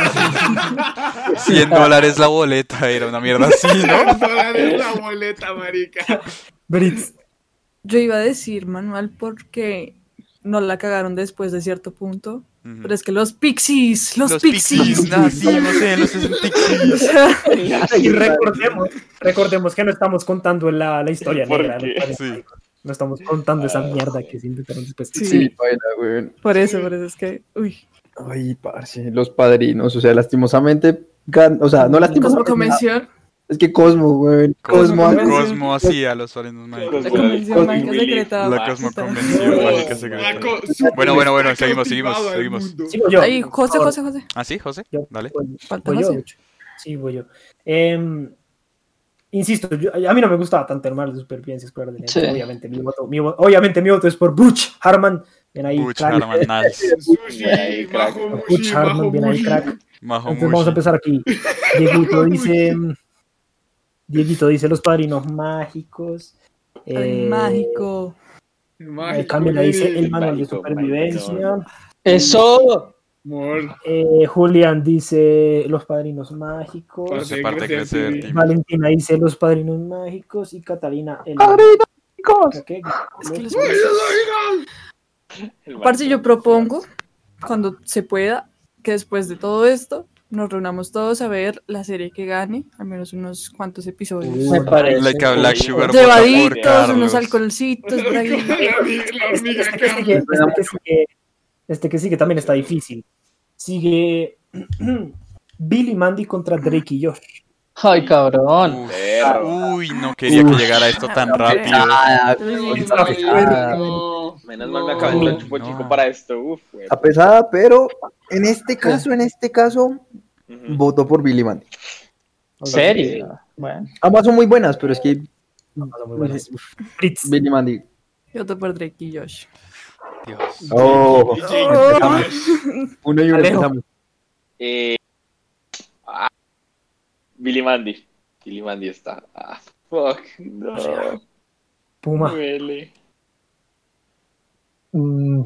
cien dólares la boleta, era una mierda así, ¿no? Cien dólares la boleta, marica. Britz. Yo iba a decir manual porque no la cagaron después de cierto punto. Ujú. Pero es que los pixies, los, Los pixies. pixies, nacimos en los pixies. Y recordemos, recordemos que no estamos contando la, la historia ¿Por negra. de los qué? padrinos Sí. mágicos. No estamos contando esa mierda que se inventaron después. Sí. Sí, baila, güey. Por eso, por eso es que. Uy. Ay, parce, los padrinos, o sea, lastimosamente, gan- o sea, no Con su lastimosamente, convención. Es que Cosmo, güey. Cosmo, Cosmo, antes- Cosmo hacía los padrinos mágicos. La Cosmo- convención Cosmo- mágica Willy. secreta. La Cosmo puta. Convención No, Mágica Secreta. Maco, súper Bueno, bueno, bueno, está seguimos, seguimos, cautivado al seguimos. mundo. Sigo yo. Ay, José, Ahora, José, José. ¿Ah, sí, José? yo- Dale. voy- Falta voy yo, José. de hecho. Sí, voy yo. Em, insisto, yo- a mí no me gustaba tanto el mal de supervivencia escolar de la Sí. Obviamente, mi voto, mi vo- obviamente mi voto es por Butch Harman. Ven ahí, Butch crack. Harman Nice. Sushi, Ay, crack. Majo Butch Mushi, Harman, Majo bien ahí, Mushi. crack. Majo Entonces vamos a Mushi. empezar aquí. Dieguito dice. Dieguito dice los padrinos mágicos. Ay, Eh, mágico. Mágico, Camila dice Lili. el manual de Mágico, supervivencia. mágico. Eso. Amor, Eh, Julián dice los padrinos mágicos. parte De parte de crecer, crecer, sí. Tim. Valentina dice los padrinos mágicos. Y Catalina el. ¡Padrinos! ¿Qué? Es que los- El Parce, yo Minecraft. propongo, cuando se pueda, que después de todo esto, nos reunamos todos a ver la serie que gane, al menos unos cuantos episodios. Me parece. Like a Black Sugar vota por Llevaditos, Carlos. unos alcoholcitos por ahí. La amiga- la Este, amiga este que que sigue, este que sigue- este que sigue también está difícil. Sigue Billy Mandy contra Drake y Josh. Ay, cabrón. Uf, Perro. uy, no quería que llegara esto tan rápido. Ah, Ay, no. Menos mal me acabé el chupo No. chico para esto. Uf, güey. está pesada, pero en este caso, en este caso, Ujú. voto por Billy Mandy. ¿Serio? Bueno. Ambas son muy buenas, pero es que Son muy buenas. Fritz. Billy Mandy. Yo voto por Drake y Josh. Dios. Oh, Oh. uno y uno Alejo. empezamos. Eh, ah, Billy Mandy. Billy Mandy está. Ah, fuck. No. Puma. Duele. Mm,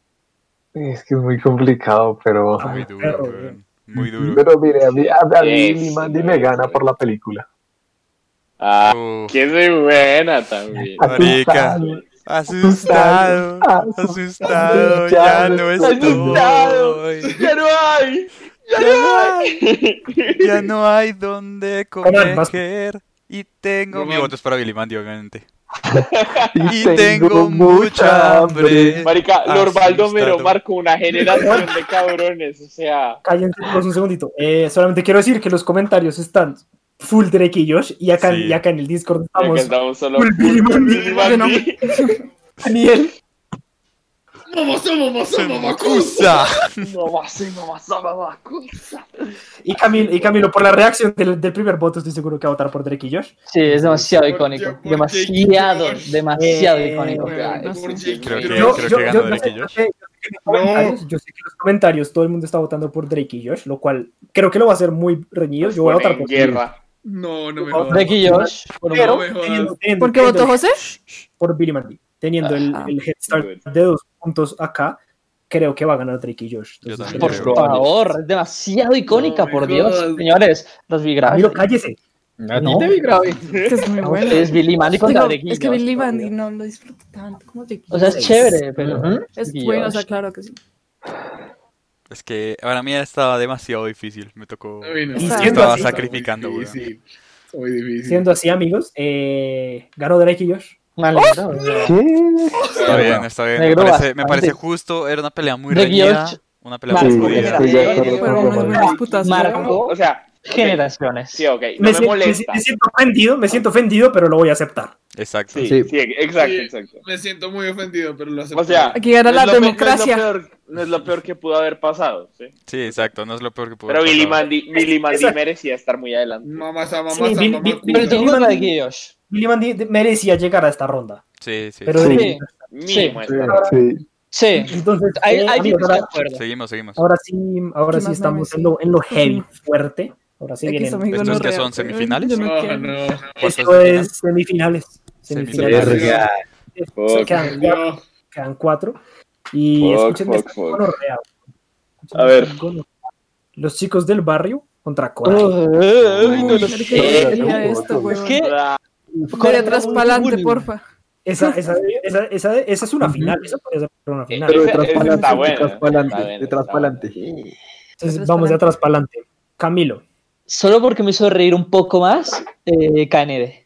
es que es muy complicado, pero. Muy perro, duro, güey. weón. Muy duro. Pero mire, a mí, a, a mí Yes. mi Mandy me gana por la película. Ah, Uf, que es muy buena también. marica. Asustado, asustado, ya no Asustado. estoy. ¡Ya no hay! ¡Ya Ya no no hay! Ya no hay donde Román, vas- comer. Y tengo. Mi Román. voto es para Billy Mandy, obviamente. Y, Y tengo mucha hambre. Marica, Lorvaldo Asustado. Mero marcó una generación de cabrones, o sea. Cállense todos un segundito. Eh, solamente quiero decir que los comentarios están full Drake y Josh. Y acá, Sí. y acá en el Discord Ya que estamos. estamos solo. Full Billy Mandy. Billy Mandy. Daniel. Vamos, vamos, vamos, vamos, vamos. Usa. No va a ser, no va a ser, no va a ser. Y Camilo, y Camilo, por la reacción del, del primer voto, estoy seguro que va a votar por Drake y Josh. Sí, es demasiado Por- icónico. por Demasiado, Jake Josh. demasiado Eh, icónico. bueno, no Por sé. Jake Creo que- Josh. Yo, creo yo- que ganó yo- yo Drake sé- y yo Josh. sé- yo sé que en los comentarios- yo sé que en los comentarios todo el mundo está votando por Drake y Josh, lo cual creo que lo va a hacer muy reñido. Yo voy a votar Ponen por guerra. No, no me Por- jodas. Drake y Josh. Pero No me jodas. teniendo, teniendo- ¿Por qué votó teniendo- José? por Billy Mandy, teniendo el, Ajá. el head start de dos puntos acá, creo que va a ganar Drake y Josh. Yo Entonces, también Por creo creo. que- favor, es demasiado icónica, No, por me Dios. jodas. Señores, los vi graves. Camilo, cállese. No, Que es muy bueno. es Billy Mandy contra Digo, Drake y es que Josh, Billy por Mandy Dios. no lo disfruto tanto como Drake y O sea, es Josh. chévere, pero. Ujú. Es Drake y bueno, o Josh. sea, claro que sí. Es que para mí estaba demasiado difícil. Me tocó. Ay, no. Y Está- siendo Estaba así, sacrificando, Muy weón. difícil. Muy difícil. siendo así, amigos, eh, ganó Drake y Josh. Maldito, o sea, ¿Qué? Está bien, está bien. Me Negro parece, me bastante. parece justo. Era una pelea muy Drake y reñida. Josh. Una pelea Sí, muy estoy jodida. de acuerdo con Fueron unos Román. buenos putazos. Marcó O sea, generaciones. sí, ok, no Me, me, si- me, molesta. me siento ofendido, me siento ofendido, pero lo voy a aceptar. Exacto. Sí, Sí. sí, exacto, Sí. exacto. Me siento muy ofendido, pero lo acepto. O sea, Aquí gana no la es lo pe- democracia. No es, lo peor, no es lo peor que pudo haber pasado, ¿sí? Sí, exacto. No es lo peor que puedo Pero haber Billy pasado. Mandy, Billy Mandy Exacto. merecía estar muy adelante. Mamasa, mamasa, Sí, Billy- mamá, Billy- culo. Pero tú Billy con Mandy- Drake y Josh. Billy Mandy merecía llegar a esta ronda. Sí, sí. Pero sí. Drake Sí. y Josh. Mínimo Sí. estar. Sí. Sí, Entonces, ahí, eh, ahí amigos, estoy de ahora, acuerdo. Seguimos, seguimos. ahora sí, ahora ¿Qué sí más estamos memes? en lo, en lo heavy, Ujú. fuerte. Ahora sí Aquí vienen. está mi ¿Estos gonorrea, que son pero semifinales? yo no No, quiero. no. Esto es semifinales. Semifinales. Semifinales. Se quedan, cuatro, No. quedan cuatro. Y Fuck, escuchen fuck, esta fuck. gonorrea. Escuchen A ver. esta gonorrea. Los chicos del barrio contra Coraje. Uy, no lo Uy, sé. ¿qué sería esto, Es huevón? que De atrás para adelante, porfa. Esa, esa, esa, esa, esa es una final. Esa podría ser una final. Pero de Esa- atrás esa para está adelante, buena, de atrás para está adelante, buena, de atrás está para buena. adelante. Entonces atrás vamos de para atrás para adelante. Camilo. solo porque me hizo reír un poco más, eh, K N D.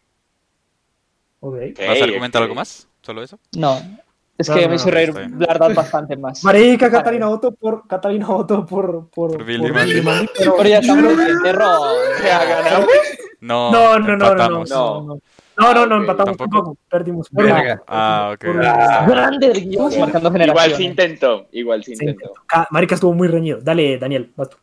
Ok. ¿Vas a argumentar ok. algo más? ¿Solo eso? No, es No, que no, me hizo no, reír, está bien. la verdad, bastante más. Marica, Catalina votó por Catalina votó por por, Por Billy Mandy, Mandy. pero Pero ya estamos en terror. Ya ganamos. No, No, no, no, no, no, empatamos. no, no. No, no, no, Ah, ok. empatamos ¿Tampoco? tampoco. Perdimos. por uno. Verga. Ah, ok. Por uno. Ah. Grande Drake, marcando Igual se generaciones. intentó, igual se Sí, intentó. Ca- Marica estuvo muy reñido. Dale, Daniel, vas tú.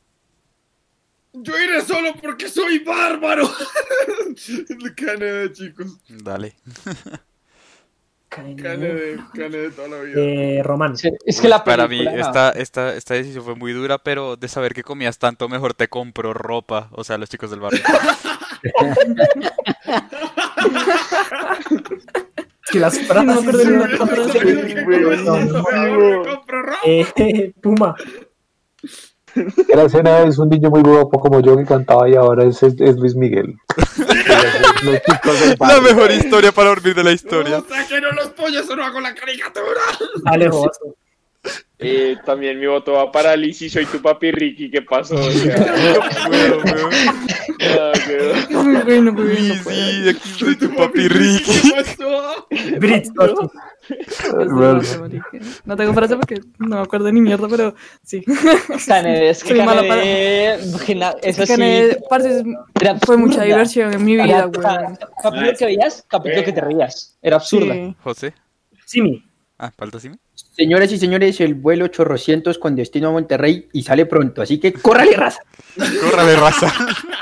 Yo iré solo porque soy bárbaro. Caneda, chicos. Dale. Caneda, Caneda toda la vida. Eh, Román. Sí, es que la Para mí, película, no. esta, esta, esta decisión fue muy dura, pero de saber que comías tanto, mejor te compro ropa. O sea, los chicos del barrio. Es que las No me frases. acuerdo de ninguna Yo frase. sabía que buenísimo. con esto me compro ropa. Eh, Puma. Era escena es un niño muy guapo como yo que cantaba y ahora es, es, es Luis Miguel. Los chicos del La barrio. mejor historia para dormir de la historia. No, saquen los pollos o no hago la caricatura. Alejo, vas tú. Eh, también mi voto va para Liz y soy tu papi Ricky. ¿Qué pasó? O sea, Bueno, weón. ah, qué- Muy bueno, muy bueno. Sí, aquí soy tu papi Ricky. ¿Qué pasó? Britz, vas tú. Bueno, No tengo frase porque no me acuerdo ni mierda, pero sí. Caneda, es que Soy mala para- Caneda, gena- eso sí, Caneda, parce, es- era fue mucha absurda. diversión en mi vida, Era güey. ca- capítulo que veías, capítulo que te reías. Era absurda. Sí. José. Simi. Ah, falta Simi. Señoras y señores, el vuelo ochocientos con destino a Monterrey y sale pronto, así que córrale, raza. Córrale, raza.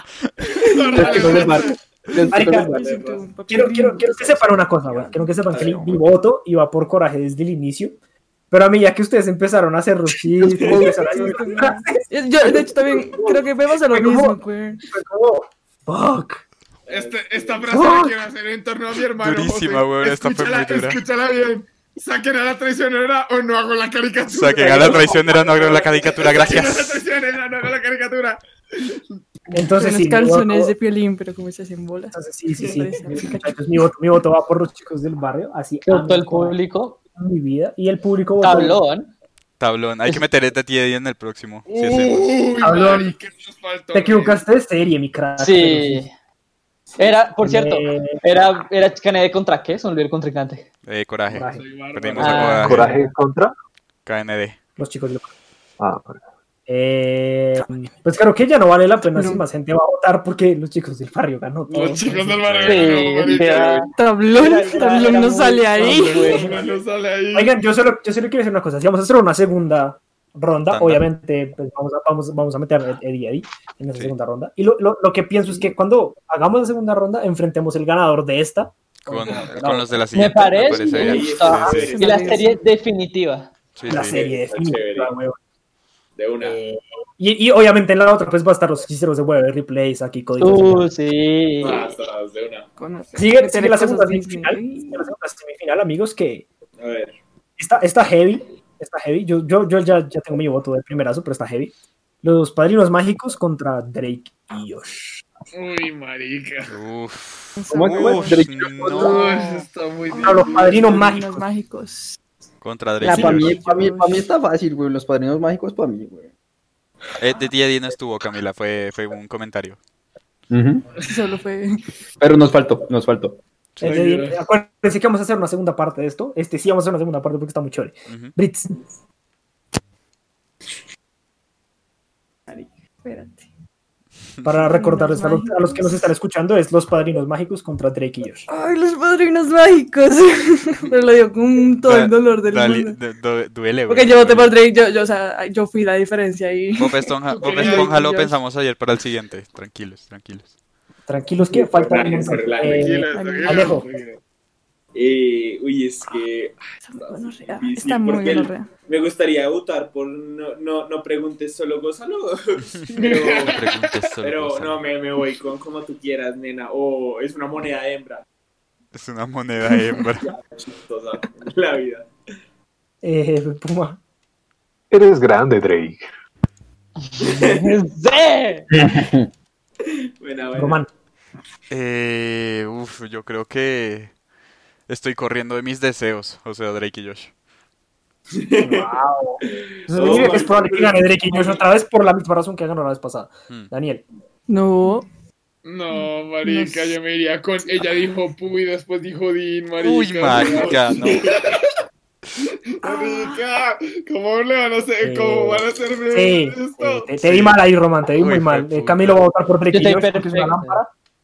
Los chicos del barrio. Los chicos Marica, del barrio. Quiero, quiero, quiero que sepan una cosa, güey. Quiero que sepan que mi, mi voto iba por Coraje desde el inicio. Pero a mí, ya que ustedes empezaron a hacer los chistes, empezaron a hacer frases, Yo, de hecho, también creo que me pasa lo Fue como- mismo, güey. fue como, fuck. Este, esta frase la quiero hacer en torno a mi hermano. Durísima, José. weón, esta fue muy Escúchala- dura. Escúchala bien. Saquen a la traicionera o no hago la caricatura. Saquen a la traicionera, no hago la caricatura, Saquen a la gracias. traicionera, no hago la caricatura. Entonces, Con sí, los mi calzones voto- de piolín, pero como se hacen bolas. entonces, sí, sí, sí. Sorpresa. Entonces, mi, voto, mi voto va por los chicos del barrio. Así Todo amo el Coraje público, en mi vida. Y el público votó. tablón. Tablón, hay que meter este Teddy en el próximo. Sí, hacemos. Uy, Cabrón. marica, nos faltó. Te equivocaste de serie, mi crack. Sí. Era, por cierto, Eh, era, era Caneda contra qué, se me olvidó el contrincante. Eh, coraje. Coraje. Soy bárbaro. Perdimos Ah. a coraje. Coraje contra. K N D. los chicos del Ah, bueno. Eh, pues claro que ya no vale la pena Pero- si más gente va a votar porque los chicos del barrio ganó todo. Los chicos del barrio. Sí, no, marica. era- Tablón, Era- era- tablón era no muy sale ahí. bueno. No sale ahí. Oigan, yo solo, yo solo quiero decir una cosa. Si vamos a hacer una segunda ronda, Tanda. obviamente pues vamos, a, vamos, vamos a meter a Eddie ahí en esa Sí. segunda ronda. Y lo, lo, lo que pienso es que cuando hagamos la segunda ronda, enfrentemos el ganador de esta. Con, la con los de la Me siguiente. parece. bien. Sí, Ah, sí, sí. Y la serie definitiva. Sí, la sí. serie está definitiva, chévere. huevón. De una. Eh, y, y obviamente en la otra pues va a estar los hechiceros de web, replays, aquí códigos. Uh, sí. Ah, todas, de una. Conoce. Sigue, Meterle sigue la cosas segunda Disney. semifinal, sigue la segunda semifinal, amigos, que A ver. está, está heavy, está heavy. Yo, yo, yo ya, ya tengo mi voto del primerazo, pero está heavy. Los Padrinos Mágicos contra Drake y Josh. Uy, marica. Uf. ¿Cómo es? ¿Cómo es? Uf, Drake- no. No, eso está muy Contra los difícil. Padrinos Los Mágicos. mágicos. Contra Nah, Drake. para y mí, Josh. pa' mí, pa' mí está fácil, güey. Los padrinos mágicos para mí, güey. Eh, de Teddy no estuvo, Camila, fue, fue un comentario. Solo fue. Pero nos faltó, nos faltó. Es decir, acuérdense que vamos a hacer una segunda parte de esto. Este sí vamos a hacer una segunda parte porque está muy chévere. Ujú. Brits. Espérate. Para recordarles a los, Mágicos. a los que nos están escuchando, es Los Padrinos Mágicos contra Drake y Josh. Ay, los padrinos mágicos. Pero lo digo con todo el dolor del Dale, mundo. du- du- duele, güey. Porque yo voté por Drake, yo, yo, o sea, yo fui la diferencia ahí. Bob Esponja, Bob Drake y Esponja lo Josh. pensamos ayer para el siguiente. Tranquilos, tranquilos. Tranquilos que falta un Relájense, montón. relájense. Eh, Tranquila, tranquila, Alejo. tranquila. Eh, uy, es que Está muy gonorrea, difícil, Está muy porque el- gonorrea. me gustaría votar por no, no, no preguntes solo gózalo. Pero, No preguntes solo pero cosas. no, me, me voy con como tú quieras, nena. O es una moneda hembra. Es una moneda hembra. Chistosa la vida. eh, Puma. Eres grande, Drake. ¡Sí! Buena, buena. Román. Eh, uf, yo creo que estoy corriendo de mis deseos. O sea, Drake y Josh. Wow. Eso Oh significa que es my probable que God. gane Drake y Josh otra vez por la misma razón que ganó la vez pasada. Hmm. Daniel. No. No, marica, No sé. yo me iría con. Ella dijo Pu y después dijo Dean, marica. Uy, marica, no. Marica, ¿cómo le van a hacer? Eh, ¿Cómo van a hacerme Sí, esto? eh, te, te di mal ahí, Román, te di Uy, muy fue mal. Eh, puta. Camilo va a votar por Drake Yo y te Josh porque es una perfecto. lámpara.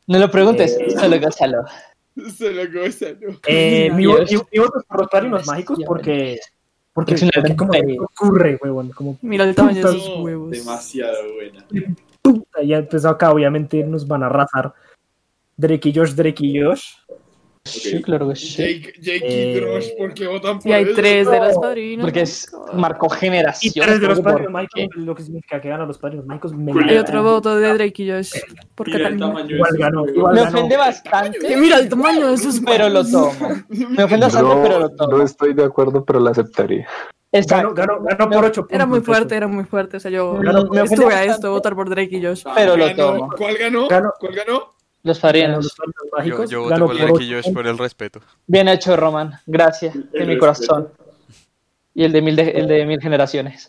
No lo preguntes, Eh, solo gózalo. Se lo goza, ¿no? Eh, mi, Dios. mi- mi voto es por los padrinos mágicos porque. Porque, Es una porque ¿cómo se gran me ocurre, huevón? Como Mira el tamaño de putas, sus huevos. Demasiado buena. puta, ya entonces acá obviamente nos van a arrasar. Drake y Josh, Drake y Josh. Sí, claro que sí. Jake, Jake Eh, y Drosh, ¿por qué votan por Y hay ellos? tres de los No, padrinos. Porque es, marcó Y generación. tres de los ¿por padrinos qué? mágicos, lo que significa que ganan los padrinos mágicos. Me Hay otro voto de Drake y Josh por Mira el Catalina. tamaño de Igual sus ganó, huevos. igual Me ganó. ofende bastante, Que mira el tamaño de sus pero lo huevos. tomo. Me ofende bastante, pero lo No, tomo. no estoy de acuerdo, pero la aceptaría. Exacto. Ganó, ganó, ganó por ocho puntos. Era muy de fuerte, hecho. era muy fuerte. O sea, yo Me ofende estuve a bastante, esto, votar por Drake y Josh. pero lo Ganó. tomo. ¿Cuál ganó? Ganó. ¿Cuál ganó? Los Ganó padrinos. los padrinos Yo, mágicos. yo voto ganó por por Drake y ocho Josh por el respeto. Bien hecho, Roman. Gracias. En mi corazón. Y el de mil, de, el de mil generaciones.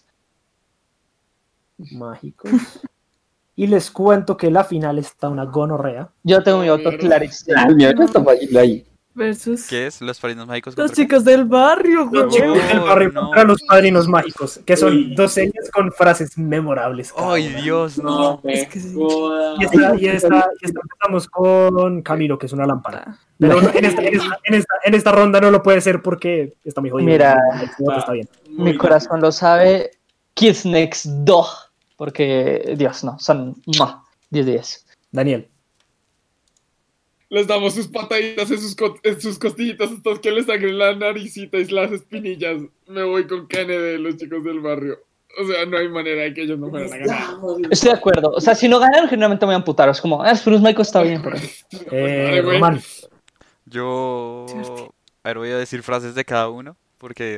mágicos. Y les cuento que la final está una gonorrea. Yo tengo mi voto clarísimo. Ah, mira, ya está fácil ahí. Versus ¿Qué es? Los padrinos mágicos. los contra qué? chicos del barrio, Los güey. chicos del Oh, barrio no. contra los padrinos mágicos, que son dos series con frases memorables. cada Ay, una. Dios, no. Es que sí. Y esta, y, esta, y esta empezamos con Camilo, que es una lámpara. Pero no- en, esta, en, esta, en, esta, en esta ronda no lo puede ser porque está muy jodido. Mira. El voto está bien. Mi corazón lo sabe. Kids Next Door. Porque, Dios, no. Son ma, diez de diez. Daniel. Les damos sus pataditas en sus, co- en sus costillitas estos que les sangren la naricita y las espinillas. Me voy con Kennedy, los chicos del barrio. O sea, no hay manera de que ellos no fueran a ganar. Estoy de acuerdo. O sea, si no ganan, generalmente me voy a amputar. Es como, ah, Spruce Michael está bien, pero. Eh, Dale, güey. Román. Yo. A ver, voy a decir frases de cada uno. Porque.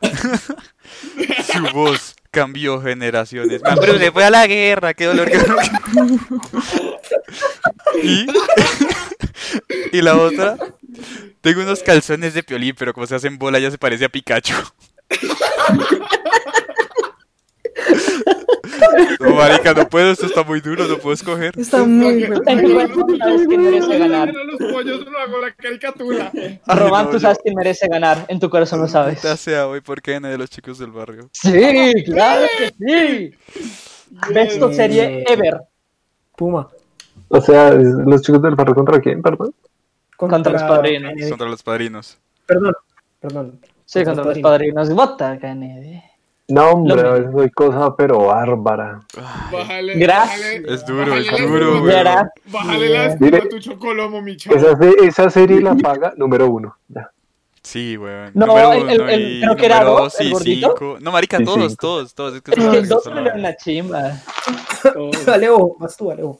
Su voz cambió generaciones. Man, pero se fue a la guerra. Qué dolor. Qué dolor. y. y la otra. Tengo unos calzones de Piolín, pero como se hacen bola ya se parece a Pikachu. No, marica, no puedo, esto está muy duro, no puedo escoger. Está muy bueno. En tu corazón sabes quién merece ganar. A los pollos no hago la caricatura. A Román, no, tú yo- sabes quién merece ganar. En tu corazón lo sabes. Ya sea, voy por Kena de los chicos del barrio. Sí, claro que sí. Best of serie ever. Puma. O sea, es- los chicos del barrio contra quién, perdón. Contra los padrinos. Kennedy. Contra los padrinos. Perdón, perdón. Sí, contra los padrinos. Vota, Kennedy. No, hombre, Lo a veces soy cosa, pero bárbara. Bájale. Gracias. bájale- Es duro, bájale es la duro, espuma- güey. Gracias. Bájale la espuma Mire. a tu chocolomo, mi chavo. Esa, se- esa serie la paga número uno. Ya. Sí, weón. No, Número el- el- uno el- y creo que era número dos, dos el y gordito. cinco. No, marica, Sí, todos, cinco. todos, todos. Es que Es son que el largas, dos son era largas. una chimba. Alejo, vas tú, Alejo.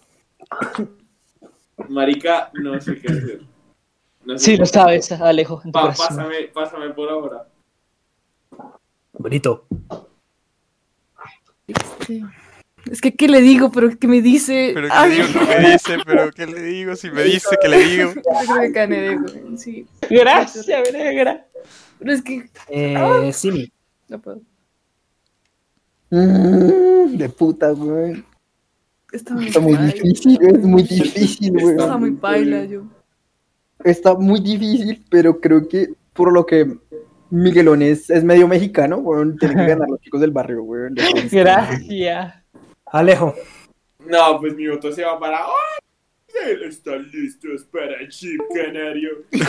Marica, no sé qué hacer. No sé Sí, qué lo hacer. sabes, Alejo. En tu Pa- corazón. pásame, pásame por ahora. Bonito. Sí. Es que, ¿qué le digo? Pero ¿qué me dice? Pero ¿qué Ay, le digo? ¿Qué me dice? Pero ¿qué le digo? Si me dice, ¿qué le digo? yo creo que Kennedy, güey. Sí. Gracias, negra. Pero es que Eh, Simi. no puedo. Mm, de puta, güey. Está muy, Está muy paila. difícil, es muy difícil, güey. Está muy paila, yo. Está muy difícil, pero creo que por lo que Miguelón es, es medio mexicano, weón, tienen que ganar los chicos del barrio, weón. Gracias. Alejo. No, pues mi voto se va para. ¡Ay! Él está listo para Chip Canario.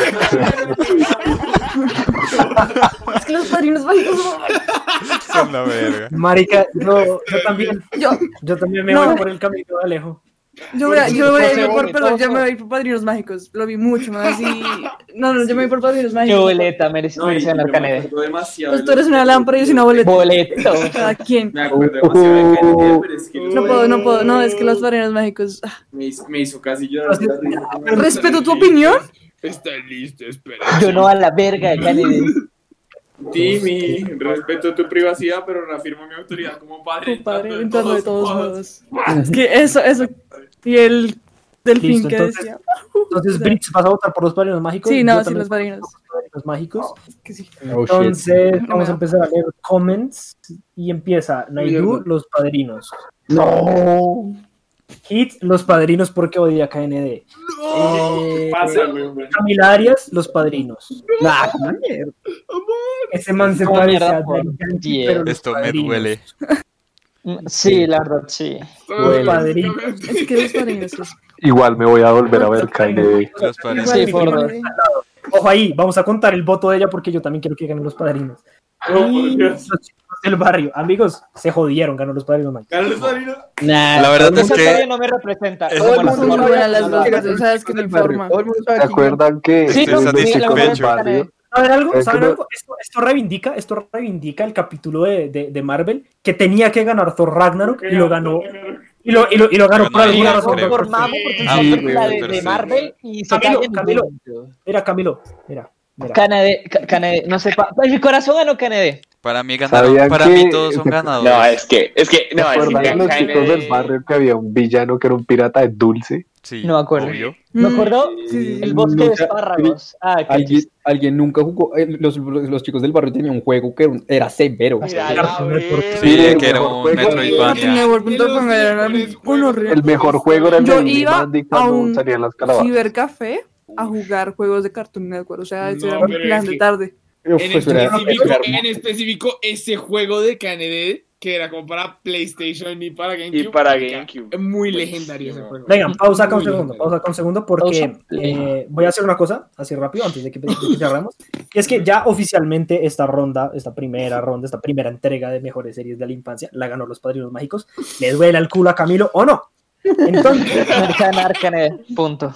Es que los padrinos mágicos son... Son la verga. Marica, yo, yo también. Yo, Yo también me No. voy por el camino de Alejo. yo voy a, yo voy a ir por, Bonito. perdón, yo me voy a ir por padrinos mágicos. Lo vi mucho más y... No, no, yo me voy por padrinos Qué mágicos. boleta, merece, merece ganar Kennedy. demasiado. Pues tú eres una lámpara y yo soy una boleta. Boleto. ¿A quién? Me acuerdo demasiado de Kennedy, pero es que No puedo, no puedo. No, es que los padrinos mágicos... ah. me, hizo, me hizo casi llorar. de la risa. Respeto tu opinión. Está listo, espera. Yo no a la verga, Kennedy. Timmy, respeto tu privacidad, pero reafirmo mi autoridad como padre. Tu padre, entrando de todos modos. Es que eso, eso. Y el delfín Listo, que entonces- decía. Entonces, Brits, ¿vas a votar por los padrinos mágicos? Sí, Yo no, sí, también los padrinos. voy por los padrinos mágicos. Que sí. Oh, shit. Entonces, No vamos me a empezar a leer comments. Y empieza Naidu, Mierda. los padrinos. No. Hit, los padrinos porque odia a K N D. Eh, Pásame, hombre. Camila Arias, los padrinos. Nah, una mierda. Ese man se No, parece mierda, a por Daddy Yankee, diez. pero los Esto me padrinos. duele. Sí, la verdad, sí. Los padrinos. Es que los padrinos. es- Igual me voy a volver a ver K N D. Los padrinos. Sí, por dos. Ojo ahí, vamos a contar el voto de ella porque yo también quiero que ganen los padrinos. Y los chicos del barrio, amigos, se jodieron, ganó los padrinos mágicos. Carlos Padrino. Nah, La verdad es esa que- todavía no me representa. Es- Como Todo el las mundo otras. sabe las quién dos, es tú sabes que me el barrio. informa. Todo el mundo sabe ¿Se quién es. acuerdan que Sí, estos no, de sí, chicos la del verdad es barrio? que- ¿Saben algo? Es ¿Saben que no- algo? Esto, esto reivindica, esto reivindica el capítulo de, de, de Marvel que tenía que ganar Thor Ragnarok y lo ganó. Y lo, y lo, y lo ganó Ganó por ahí, alguna creo. razón. Por Mago, porque Ah, es sí, una película de, pero de sí. Marvel y se Camilo, cae en Camilo. punto. Mira, Camilo, mira. mira. Canadé, Ca- Canadé, no sé, pa- en mi corazón ganó Canadé. Para mí ganaron, ¿Sabían para que- mí todos son se- ganadores. No, es que, es que, ¿Se no, es acuerdan que los K N D chicos del barrio que había un villano que era un pirata de dulce? Sí, No me acuerdo. obvio. ¿Me Mm. acuerdo? Sí, sí, El bosque de Nunca- espárragos. Ah, qué ¿Alguien, chiste. alguien nunca jugó. eh, Los, los, los chicos del barrio tenían un juego que era, un- era severo. Mira, la Cartoon Network. verga. Sí, el que era mejor un juego. Cartoon Metroidvania. Network punto com En los era mejores un horrible. juegos. El mejor juego era el Yo de iba Mandy a cuando un salían las calabazas. cibercafé a jugar juegos de Cartoon Network. O sea, ese No, era mi pero plan es de que- tarde. Uf, En eso era- específico, eso era en hermoso. específico, ese juego de K N D, que era como para PlayStation y para GameCube. Y para marica, GameCube. Es muy legendario ese juego. Vengan, pausa acá un Muy segundo, legendario. pausa acá un segundo porque Pausa. eh, voy a hacer una cosa así rápido antes de que, de que cerramos. Y es que ya oficialmente esta ronda, esta primera ronda, esta primera entrega de mejores series de la infancia, la ganó los Padrinos Mágicos. ¿Le duele el culo a Camilo o no? Entonces, Ganar Canadé, punto.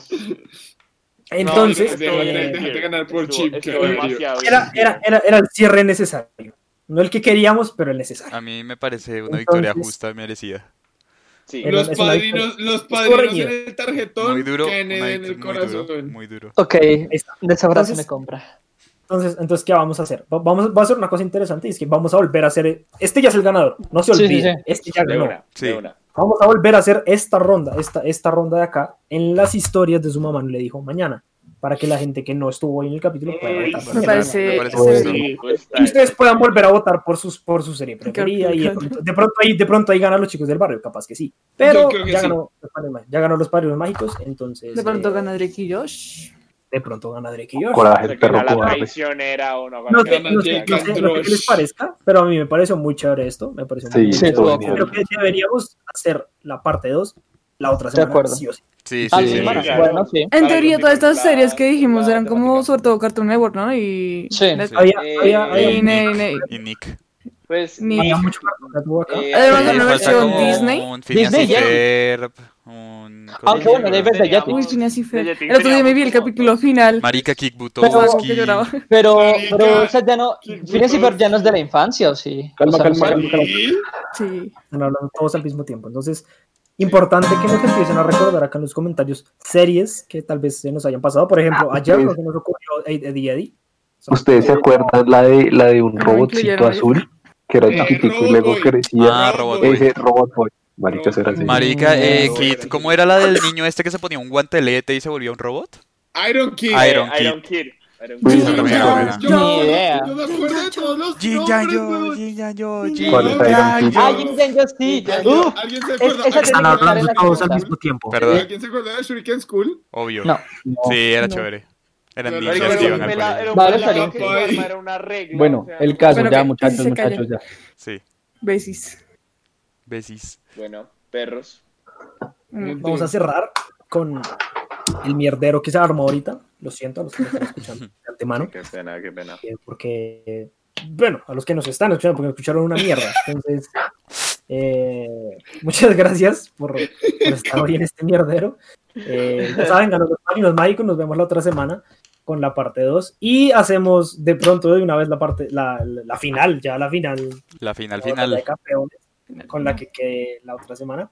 entonces No, déjate- eh, déjate ganar por Estuvo- chip, estuvo que demasiado bien. era, era, era, era el cierre necesario. No el que queríamos, pero el necesario. A mí me parece una Entonces- victoria justa y merecida. Sí. Era- Los es una padrinos, los Estuvo padrinos reñido. en el tarjetón, Muy duro, K N D en muy, el muy duro, corazón. muy duro. Ok, Ahí está. de esa frase Entonces- me compra. Entonces, entonces, ¿qué vamos a hacer? Va- Vamos, va a hacer una cosa interesante y es que vamos a volver a hacer. Este ya es el ganador, no se Sí, sí, olviden. sí. Este ya De ganó. una, Sí. de una. Vamos a volver a hacer esta ronda, esta, esta ronda de acá, en las historias de su mamá no le dijo mañana, para que la gente que no estuvo hoy en el capítulo pueda Ey, votar. Me Me parece. parece excelente. justo. Sí, pues, Y ustedes puedan volver a votar por, sus, por su serie preferida y de Creo que- pronto, de pronto ahí, de pronto ahí ganan los chicos del barrio, capaz que sí. Pero Yo creo que ya, sí. ganó, los Padrinos Mágicos, ya ganó los Padrinos Mágicos, entonces De pronto eh, gana Drake y Josh. de pronto gana Drake y Josh. Coraje, o sea, el que perro era la cobarde. traicionera o no. No sé, Gana no sé, Jake no sé, no sé qué Androsh. les parezca, pero a mí me pareció muy chévere esto, me pareció muy Sí, Sí, chévere. estuvo todo cool. Creo que deberíamos hacer la parte dos la otra De semana. acuerdo. Sí o sí. Sí, Ah, sí, sí, sí. bueno, sí, claro. bueno, sí. En Para teoría, continuar todas estas la- series que dijimos la eran como temática. sobre todo Cartoon Network, ¿no? Y. Sí. Net- Sí. Había, Eh, había, había, y Ne- Ne- Y Nick. Pues, Ni- había mucho Cartoon Network acá. eh, Además, Sí, una falta versión como Disney. Un Phineas Disney y ya. Ferb, un... Aunque bueno, David de Yeti. Uy, Phineas y Ferb. De Yeti El otro día me vi el teníamos capítulo como- final. Marica Kick Como Butowski. que lloraba. Pero, Marica, pero esa ya no. qué Phineas y puto- Ferb ya no es de la infancia, ¿o sí? Calma, O sea, calma, no sé. calma, calma. Sí. Sí. Están hablando todos al mismo tiempo. Entonces, importante que nos empiecen a recordar acá en los comentarios series que tal vez se nos hayan pasado. Por ejemplo, ayer ustedes- lo que nos ocurrió Eddie Eddie. ¿Ustedes se acuerdan la de, la de un No robotcito incluyeron azul? Que era Eh, chiquitico y Robot luego Boy. crecía. Ah, Robot Boy. Ese Robot Boy. Marica, será así. Marica, eh, No, Kid, era ¿cómo era la del niño este que se ponía un guantelete y se volvía un robot? Iron Kid. Iron eh, Iron Kid. Iron Uy, Kid. esa también era buena. Yo- Ni idea. Yo me acuerdo de todos los Jin nombres, Yang Yo, huevón. Jin Yang Yo, ¿Cuál Jin es Iron Yang Kid? Yo. Ah, Jin Yang Yo sí. ¿Alguien- Uf, ¿Alguien se es- acuerda? esa Están tiene que estar hablando en la todos al lista. mismo tiempo. Perdón, ¿Alguien se acuerda de Shuriken School? obvio. No. Sí, era No. chévere. Eran Pero niños Marica, que era iban un al pelado- colegio. era un Vale, pelado está que bien. su arma era una regla, Bueno, o sea, el caso, Bueno, ya que- muchachos, que se muchachos, ya. Sí, Besis. besis. Bueno, perros. Mm. Vamos a cerrar con el mierdero que se armó ahorita. Lo siento a los que nos están escuchando de antemano. Qué pena, qué pena. eh, Porque, bueno, a los que nos están escuchando, porque escucharon una mierda. Entonces, eh, muchas gracias por, por estar hoy en este mierdero. Eh, ya saben, ganó los Padrinos Mágicos. Nos vemos la otra semana con la parte dos. Y hacemos de pronto de una vez la parte, la, la, la final, ya la final. La final, la batalla de final. campeones, con la que quede la otra semana.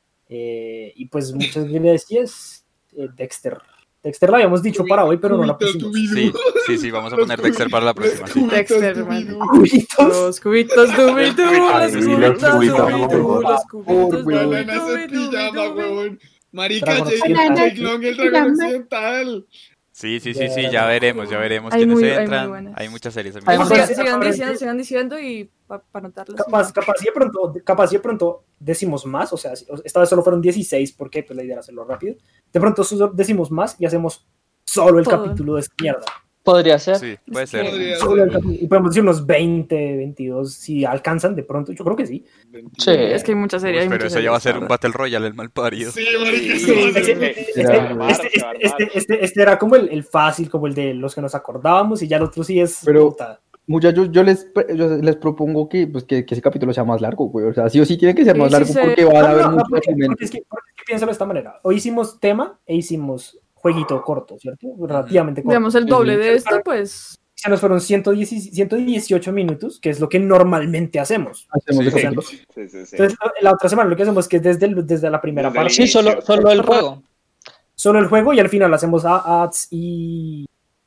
Eh, y pues muchas gracias, eh, Dexter. Dexter la habíamos dicho para hoy, pero no la pusimos. Sí, sí, sí, vamos a poner Dexter para la próxima. Sí. Dexter, hermano. Cubitos. Los cubitos Dubidú, los Ay, los cubitos cubitos, Dubidú, los cubitos Bananas Dubidú, en pijama, Dubidú. huevón. Marica, Dragón Jake occidental. Jake Long, el dragón occidental. Sí, sí, sí, sí, ya veremos, ya veremos Hay quiénes muy- hay muy entran. buenas. Hay muchas series. Hay amigos. Sigan, muchas- sigan diciendo, sigan diciendo y para anotarlos. Capaz, capaz, y de pronto, capaz y de pronto decimos más, o sea, si- esta vez solo fueron dieciséis, porque pues la idea era hacerlo rápido. De pronto solo decimos más y hacemos solo el Todo. capítulo de esta mierda. Podría ser. Sí, puede ser. Podría Solo el ser. capi- y podemos decir unos veinte, veintidós, si alcanzan de pronto, yo creo que sí. Sí. Es que hay muchas series. Uy, hay pero muchas eso ya va a series, ser un la Battle Royale, el mal parido. Sí, marica, Sí, sí, va a Este, ser- sí, este- se va a armar, este- se va a este- armar. este- este era como el, el fácil, como el de los que nos acordábamos, y ya el otro sí es Pero- puta. Muchachos, yo les, pre- yo les propongo que, pues, que, que ese capítulo sea más largo, güey. O sea, sí o sí tiene que ser Sí, más sí largo sé. porque van a No, haber no, no, muchos porque, porque argumentos. es que, porque es que piénsalo de esta manera. Hoy hicimos tema e hicimos jueguito corto, ¿cierto? Relativamente corto. Digamos el doble Sí, de esto, pues. Se nos fueron ciento diez ciento dieciocho minutos, que es lo que normalmente hacemos. Hacemos Sí, ese sí. capítulo. Sí, sí, sí. Entonces, la otra semana lo que hacemos es que desde, el- desde la primera Desde el parte, Sí, solo, solo el juego. solo el juego y al final hacemos a- ads y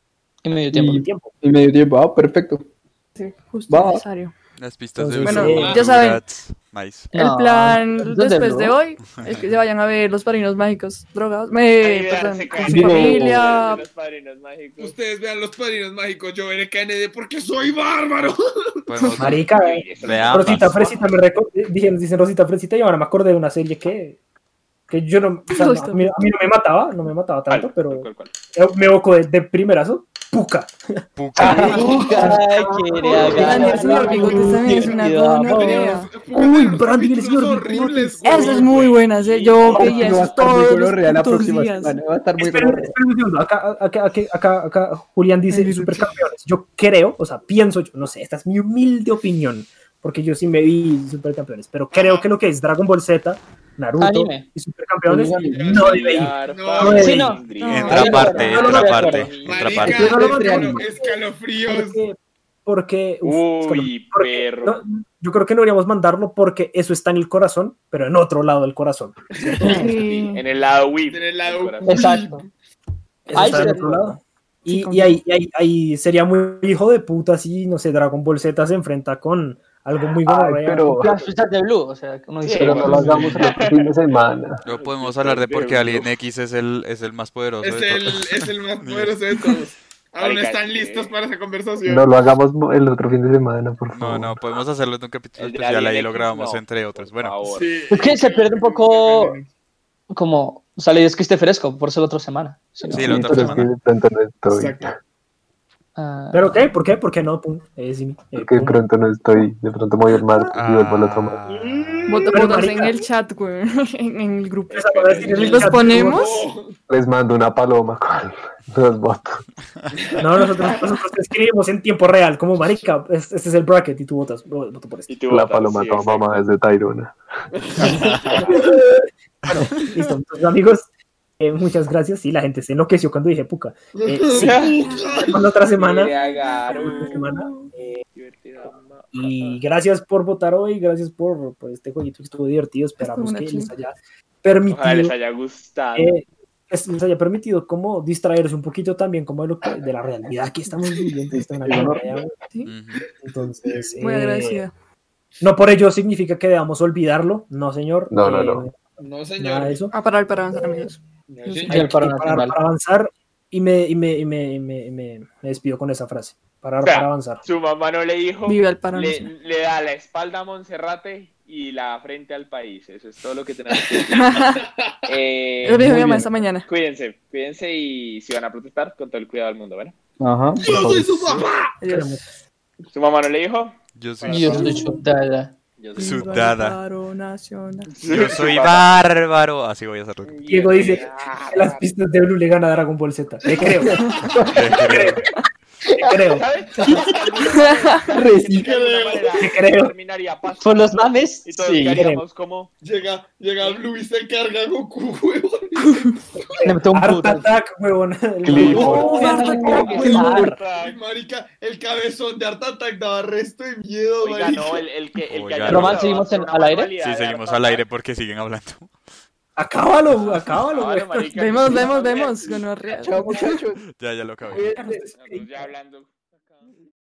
Y medio tiempo. Y- tiempo. Y medio tiempo, ah, perfecto. Sí, justo Va. necesario. Las pistas de Entonces, Blue, bueno, ya saben. Donuts, maíz. El No, plan ¿es de después de Blue? hoy es que se vayan a ver Los Padrinos Mágicos drogados. Me, Ahí perdón, darse con cuenta su Digo, de familia. los padrinos mágicos. Ustedes vean los padrinos mágicos, yo veré K N D porque soy bárbaro. Podemos Marica, de ambas. Rosita Fresita me reco- dicen, dicen Rosita Fresita y ahora me acordé de una serie que, que yo no, o sea, no, Rosita. a, mí, a mí no me mataba, no me mataba tanto, ¿Cuál? pero ¿Cuál, cuál? eh, me evocó de, de primerazo, Puka. Puca. Ay, quería Brandy el señor Bigotes también es una gonorrea. Uy, Brandy el señor horribles. Bigotes. Esa es muy buena, ¿sí? Yo Ay, veía no va a eso estar muy todos los gonorrea la putos próxima días. semana, va a estar muy Esperen, gonorrea. esperen un segundo, acá, acá, acá, acá, acá Julián dice Ay, supercampeones. Yo creo, o sea, pienso yo, no sé, esta es mi humilde opinión, porque yo sí me vi supercampeones, pero creo que lo que es Dragon Ball Z, Naruto Anime. y supercampeones Pues, no debe ir. No, No debe sí, ir. no. Entra Ahí no, parte, no, no, entra no, parte, no, no. entra Marica, parte. Yo no lo escalo- mato. escalofríos. Porque, porque, uf, es que no- Uy, porque perro. no- yo creo que no deberíamos mandarlo porque eso está en el corazón, pero en otro lado del corazón. Sí. En el lado whip. En el lado del corazón. Exacto. Eso Ahí está en sí otro es lado. Y, Sí, y confirmo. ahí, y ahí, ahí sería muy hijo de puta si, no sé, Dragon Ball Z se enfrenta con algo muy Ay, gonorrea. pero, Las fichas de Blue, o sea, uno dice, pero no lo hagamos el otro fin de semana. No podemos hablar de por qué Alien X es el, es el más poderoso Es de el, todos. es el más poderoso de todos. Aún Marica, están sí. listos para esa conversación. No lo hagamos el otro fin de semana, por No, favor. no, podemos hacerlo en un capítulo El de especial, ahí Alien lo X, grabamos no, entre otros. por Bueno, favor. Sí. Es que se pierde un poco como, o sea, la idea es que esté fresco, por eso la otra semana. Si no- Sí, la otra pero es que semana. de pronto no estoy. Exacto. Ah, ¿Pero qué? ¿Por qué? ¿Por qué no? Pum. Eh, sí, eh, Porque de pum. pronto no estoy. De pronto me voy el martes y vuelvo el otro martes. Ah, Vota- Pero, votas en marica. el chat, güey. En en el grupo. Esa va a decir en el ¿Los chat, ponemos? Les mando una paloma con los votos. No, nosotros, nosotros te escribimos en tiempo real, como marica, este es el bracket y tú votas, voto por este. Y tú La votas, paloma sí, toma exacto. mamá desde Tairona. Bueno, listo, entonces amigos, eh, muchas gracias. Y la gente se enloqueció cuando dije puca. Eh, sí, la otra semana. La otra semana. eh, y gracias por votar hoy, gracias por, por este jueguito que estuvo divertido. Esperamos Estuvo que una les chimba. haya Ojalá les permitido, haya gustado. eh, les les haya permitido como distraerse un poquito también como de, lo que, de la realidad que estamos viviendo. Esto es una gonorrea, Sí, ujú. entonces, muy eh, agradecida. no por ello significa que debamos olvidarlo, no señor. No, no, Eh, no. No, Nada señor. de eso. A parar para avanzar, amigos. No, Sí. señor. Y el Hay paro que parar nacional. para avanzar y me, y me, y me, y me, y me- me despido con esa frase. Parar O sea, para avanzar. Su mamá no le dijo. Vive el paro Le, nacional. le da la espalda a Monserrate y la frente al país. Eso es todo lo que tenemos que decir. Eh, Lo dijo muy mi mamá bien. esta mañana. Cuídense, cuídense y si van a protestar, con todo el cuidado del mundo, ¿verdad? Ajá. Yo soy su papá. Adiós. ¿Su mamá no le dijo? Yo soy, Yo estoy chutada. Yo soy- Su Viva el dada. paro nacional. yo soy bárbaro. Así voy a hacerlo. Diego dice que las pistas de Blue le gana a Dragon Ball Z. Le creo, le creo. ¿Sabes? Reci- De alguna manera Te creo. terminaría paso Por los mames, y todos sí. quedaríamos como Llega, llega Blue y se carga a Goku, huevón. Le meto un Art puto. Attack, huevón. Clifford. Oh, Art Attack. Ay, marica, el cabezón de Art Attack daba resto de miedo, Oiga, marica. no, el, el que el que Oiga, haya no. Román, logrado ¿seguimos hacer en- una al aire? manualidad Sí, de seguimos Art al aire Attack. porque siguen hablando. Acábalo, acábalo, Claro, güey. marica, Vemos, que- vemos, vemos. Gonorrea. Chao, muchachos. Ya, ya lo acabé. Nosotros ya hablando.